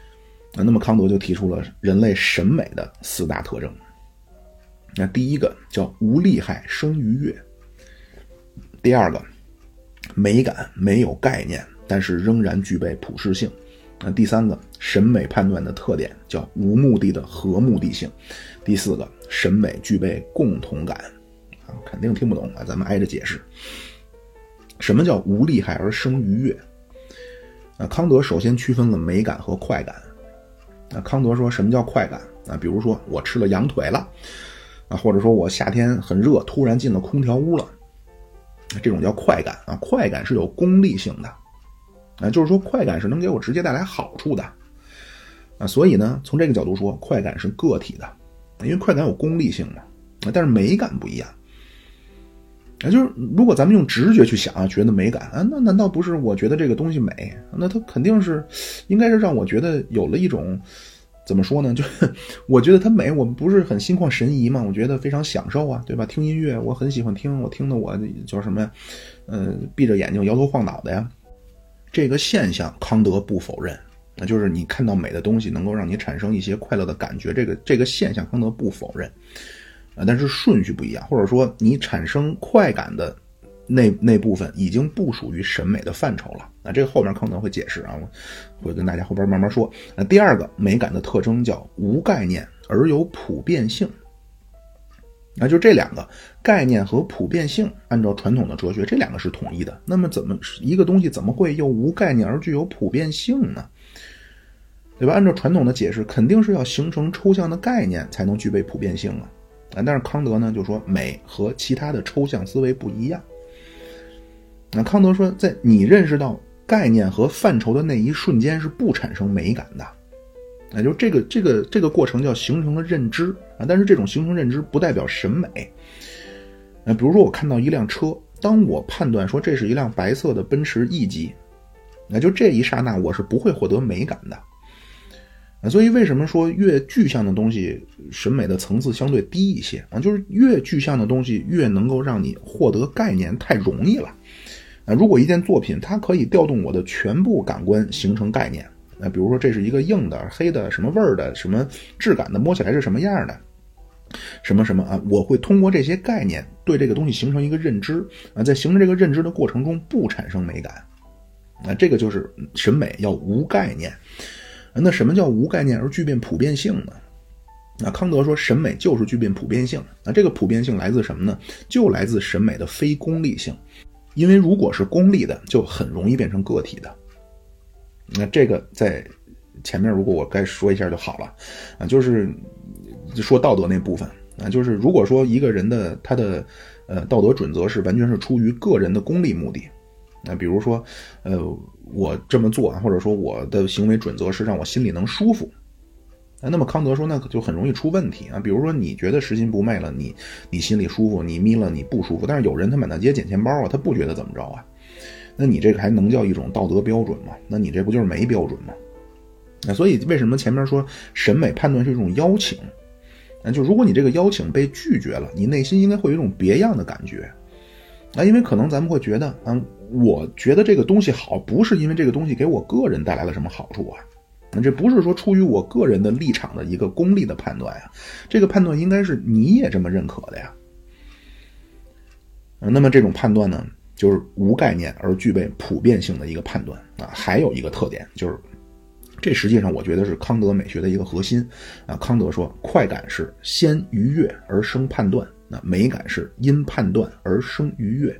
那么康德就提出了人类审美的四大特征。那第一个叫无利害生愉悦，第二个美感没有概念，但是仍然具备普适性。那第三个审美判断的特点叫无目的的合目的性。第四个审美具备共同感。啊，肯定听不懂啊，咱们挨着解释。什么叫无利害而生愉悦？啊，康德首先区分了美感和快感。啊，康德说什么叫快感？啊，比如说我吃了羊腿了，啊，或者说我夏天很热，突然进了空调屋了，这种叫快感啊。快感是有功利性的，啊，就是说快感是能给我直接带来好处的，啊，所以呢，从这个角度说，快感是个体的，因为快感有功利性嘛，啊，但是美感不一样。啊，就是如果咱们用直觉去想啊，觉得美感啊，那难道不是我觉得这个东西美？那它肯定是，应该是让我觉得有了一种，怎么说呢？就我觉得它美，我们不是很心旷神怡嘛？我觉得非常享受啊，对吧？听音乐我很喜欢听，我听的我叫什么呀？呃，闭着眼睛摇头晃脑的呀。这个现象康德不否认，那就是你看到美的东西能够让你产生一些快乐的感觉，这个这个现象康德不否认。啊，但是顺序不一样，或者说你产生快感的那那部分已经不属于审美的范畴了。那这个后面康德会解释啊，我会跟大家后边慢慢说。那第二个美感的特征叫无概念而有普遍性。那就这两个概念和普遍性，按照传统的哲学，这两个是统一的。那么怎么一个东西怎么会又无概念而具有普遍性呢？对吧？按照传统的解释，肯定是要形成抽象的概念才能具备普遍性啊。但是康德呢就说美和其他的抽象思维不一样。那康德说，在你认识到概念和范畴的那一瞬间是不产生美感的。那就这个这个这个过程叫形成了认知啊，但是这种形成认知不代表审美。那比如说我看到一辆车，当我判断说这是一辆白色的奔驰 E 级，那就这一刹那我是不会获得美感的。所以为什么说越具象的东西审美的层次相对低一些啊？就是越具象的东西越能够让你获得概念，太容易了啊！如果一件作品它可以调动我的全部感官形成概念，啊，比如说这是一个硬的、黑的、什么味儿的、什么质感的，摸起来是什么样的，什么什么啊，我会通过这些概念对这个东西形成一个认知啊，在形成这个认知的过程中不产生美感啊，这个就是审美要无概念。那什么叫无概念而具备普遍性呢？那康德说审美就是具备普遍性。那这个普遍性来自什么呢？就来自审美的非功利性。因为如果是功利的，就很容易变成个体的。那这个在前面如果我该说一下就好了啊，就是说道德那部分啊，就是如果说一个人的他的呃道德准则是完全是出于个人的功利目的，那比如说呃我这么做，或者说我的行为准则是让我心里能舒服，那么康德说那就很容易出问题啊。比如说你觉得拾金不昧了，你你心里舒服，你眯了你不舒服，但是有人他满大街捡钱包啊，他不觉得怎么着啊，那你这个还能叫一种道德标准吗？那你这不就是没标准吗？那所以为什么前面说审美判断是一种邀请？那就如果你这个邀请被拒绝了，你内心应该会有一种别样的感觉啊，因为可能咱们会觉得啊，我觉得这个东西好，不是因为这个东西给我个人带来了什么好处啊，那这不是说出于我个人的立场的一个功利的判断呀，这个判断应该是你也这么认可的呀。啊，那么这种判断呢，就是无概念而具备普遍性的一个判断啊。还有一个特点就是，这实际上我觉得是康德美学的一个核心啊。康德说，快感是先愉悦而生判断。那美感是因判断而生愉悦。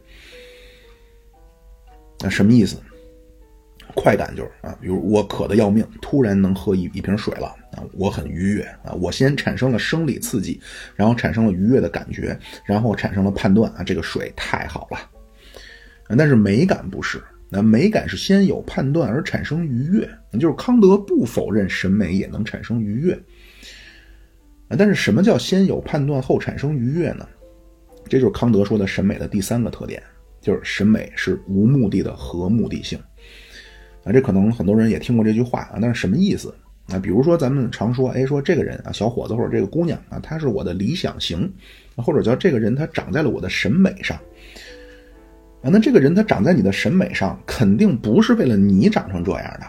那什么意思？快感就是啊，比如我渴得要命，突然能喝一一瓶水了啊，我很愉悦啊。我先产生了生理刺激，然后产生了愉悦的感觉，然后产生了判断啊，这个水太好了。啊，但是美感不是，那美感是先有判断而产生愉悦，就是康德不否认审美也能产生愉悦。但是什么叫先有判断后产生愉悦呢？这就是康德说的审美的第三个特点，就是审美是无目的的合目的性啊。这可能很多人也听过这句话啊，但是什么意思啊？比如说咱们常说，哎，说这个人啊，小伙子或者这个姑娘啊，他是我的理想型，或者叫这个人他长在了我的审美上啊。那这个人他长在你的审美上，肯定不是为了你长成这样的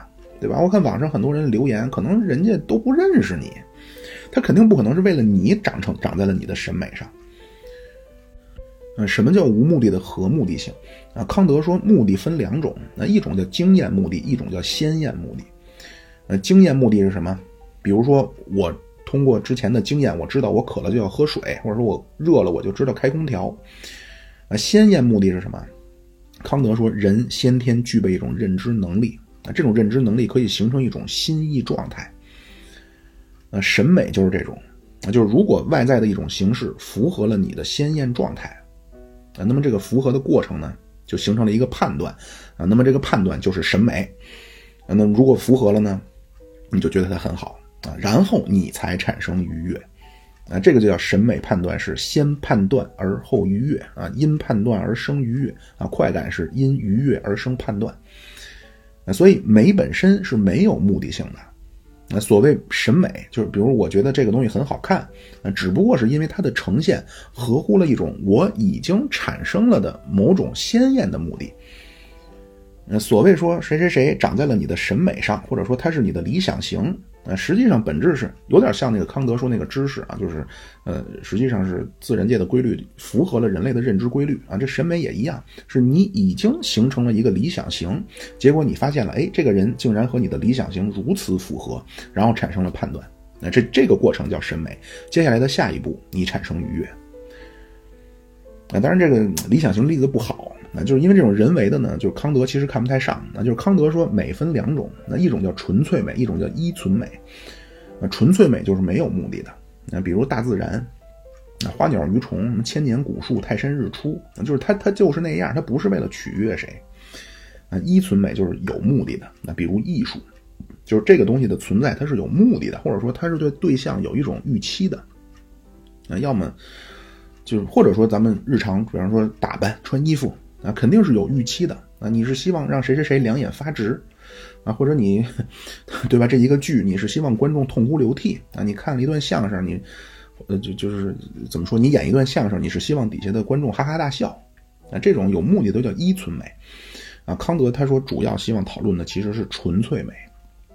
对吧？我看网上很多人留言，可能人家都不认识你，他肯定不可能是为了你长成长在了你的审美上。呃，什么叫无目的的合目的性啊？康德说目的分两种，那一种叫经验目的，一种叫先验目的。呃，经验目的是什么？比如说我通过之前的经验，我知道我渴了就要喝水，或者说我热了我就知道开空调。呃，先验目的是什么？康德说人先天具备一种认知能力，啊，这种认知能力可以形成一种心意状态。呃，审美就是这种，啊，就是如果外在的一种形式符合了你的先验状态，啊，那么这个符合的过程呢，就形成了一个判断，啊，那么这个判断就是审美，啊，那如果符合了呢，你就觉得它很好，啊，然后你才产生愉悦，啊，这个就叫审美判断是先判断而后愉悦，啊，因判断而生愉悦，啊，快感是因愉悦而生判断，啊，所以美本身是没有目的性的。那所谓审美，就是比如我觉得这个东西很好看，只不过是因为它的呈现合乎了一种我已经产生了的某种鲜艳的目的。所谓说谁谁谁长在了你的审美上，或者说它是你的理想型，实际上本质是有点像那个康德说那个知识啊，就是呃，实际上是自然界的规律符合了人类的认知规律啊。这审美也一样，是你已经形成了一个理想型，结果你发现了，哎，这个人竟然和你的理想型如此符合，然后产生了判断。那这这个过程叫审美。接下来的下一步，你产生愉悦。啊，当然这个理想型例子不好，那就是因为这种人为的呢，就是康德其实看不太上。那就是康德说美分两种，那一种叫纯粹美，一种叫依存美。那纯粹美就是没有目的的，那比如大自然，花鸟鱼虫、千年古树、泰山日出，就是它它就是那样，它不是为了取悦谁。啊，依存美就是有目的的，那比如艺术，就是这个东西的存在它是有目的的，或者说它是对对象有一种预期的。啊，要么就是或者说咱们日常比方说打扮穿衣服啊，肯定是有预期的啊，你是希望让谁谁谁两眼发直啊，或者你对吧，这一个剧你是希望观众痛哭流涕啊，你看了一段相声，你呃就就是怎么说，你演一段相声，你是希望底下的观众哈哈大笑啊，这种有目的都叫依存美啊。康德他说主要希望讨论的其实是纯粹美。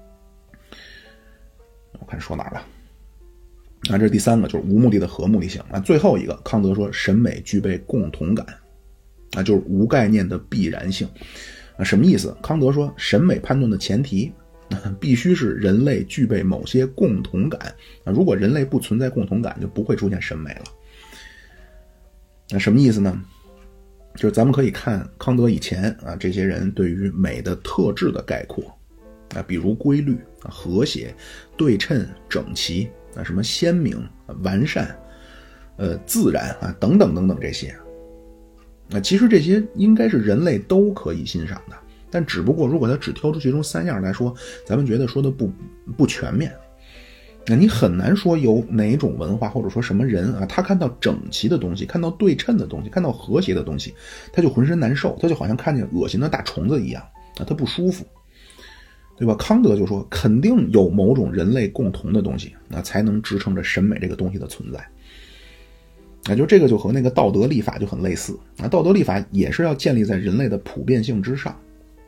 我看说哪了啊，这是第三个，就是无目的的合目的性啊。最后一个，康德说审美具备共同感啊，就是无概念的必然性啊。什么意思？康德说审美判断的前提啊，必须是人类具备某些共同感啊。如果人类不存在共同感，就不会出现审美了。那什么意思呢？就是咱们可以看康德以前啊，这些人对于美的特质的概括啊，比如规律啊、和谐、对称、整齐啊，什么鲜明、完善、呃自然啊等等等等这些。啊，其实这些应该是人类都可以欣赏的，但只不过如果他只挑出其中三样来说，咱们觉得说的不不全面。那你很难说有哪种文化或者说什么人啊，他看到整齐的东西，看到对称的东西，看到和谐的东西，他就浑身难受，他就好像看见恶心的大虫子一样啊，他不舒服。对吧？康德就说肯定有某种人类共同的东西，那才能支撑着审美这个东西的存在。那就这个就和那个道德立法就很类似啊，道德立法也是要建立在人类的普遍性之上。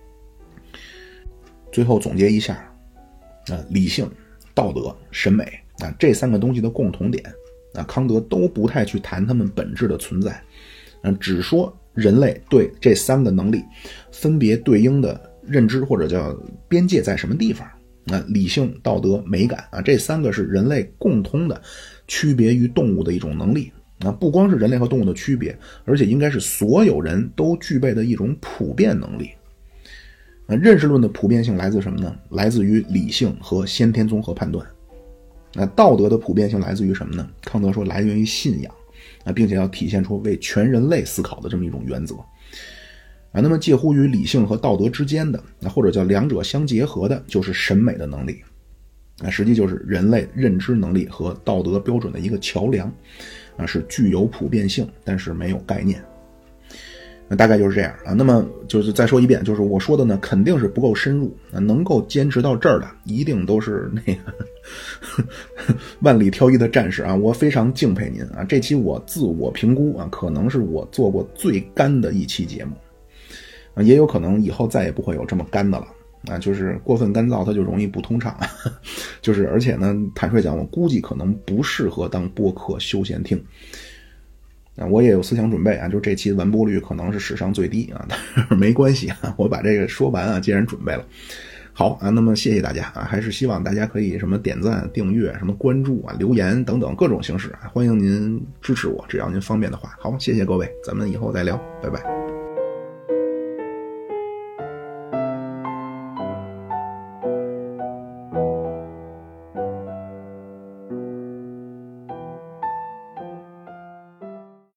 最后总结一下啊，理性、道德、审美啊，这三个东西的共同点啊，康德都不太去谈它们本质的存在，啊，只说人类对这三个能力分别对应的认知或者叫边界在什么地方啊？理性、道德、美感啊，这三个是人类共通的，区别于动物的一种能力啊。不光是人类和动物的区别，而且应该是所有人都具备的一种普遍能力。啊，认识论的普遍性来自什么呢？来自于理性和先天综合判断。那道德的普遍性来自于什么呢？康德说来源于信仰啊，并且要体现出为全人类思考的这么一种原则。啊，那么介乎于理性和道德之间的，那或者叫两者相结合的，就是审美的能力。啊，实际就是人类认知能力和道德标准的一个桥梁。啊，是具有普遍性，但是没有概念。那大概就是这样啊。那么就是再说一遍，就是我说的呢，肯定是不够深入啊。能够坚持到这儿的，一定都是那个万里挑一的战士啊！我非常敬佩您啊。这期我自我评估啊，可能是我做过最干的一期节目。也有可能以后再也不会有这么干的了啊，就是过分干燥它就容易不通畅，就是而且呢，坦率讲，我估计可能不适合当播客休闲听。啊，我也有思想准备啊，就这期完播率可能是史上最低啊，但是没关系啊，我把这个说完啊，既然准备了。好啊，那么谢谢大家啊，还是希望大家可以什么点赞、订阅、什么关注啊、留言等等各种形式啊，欢迎您支持我，只要您方便的话。好，谢谢各位，咱们以后再聊，拜拜。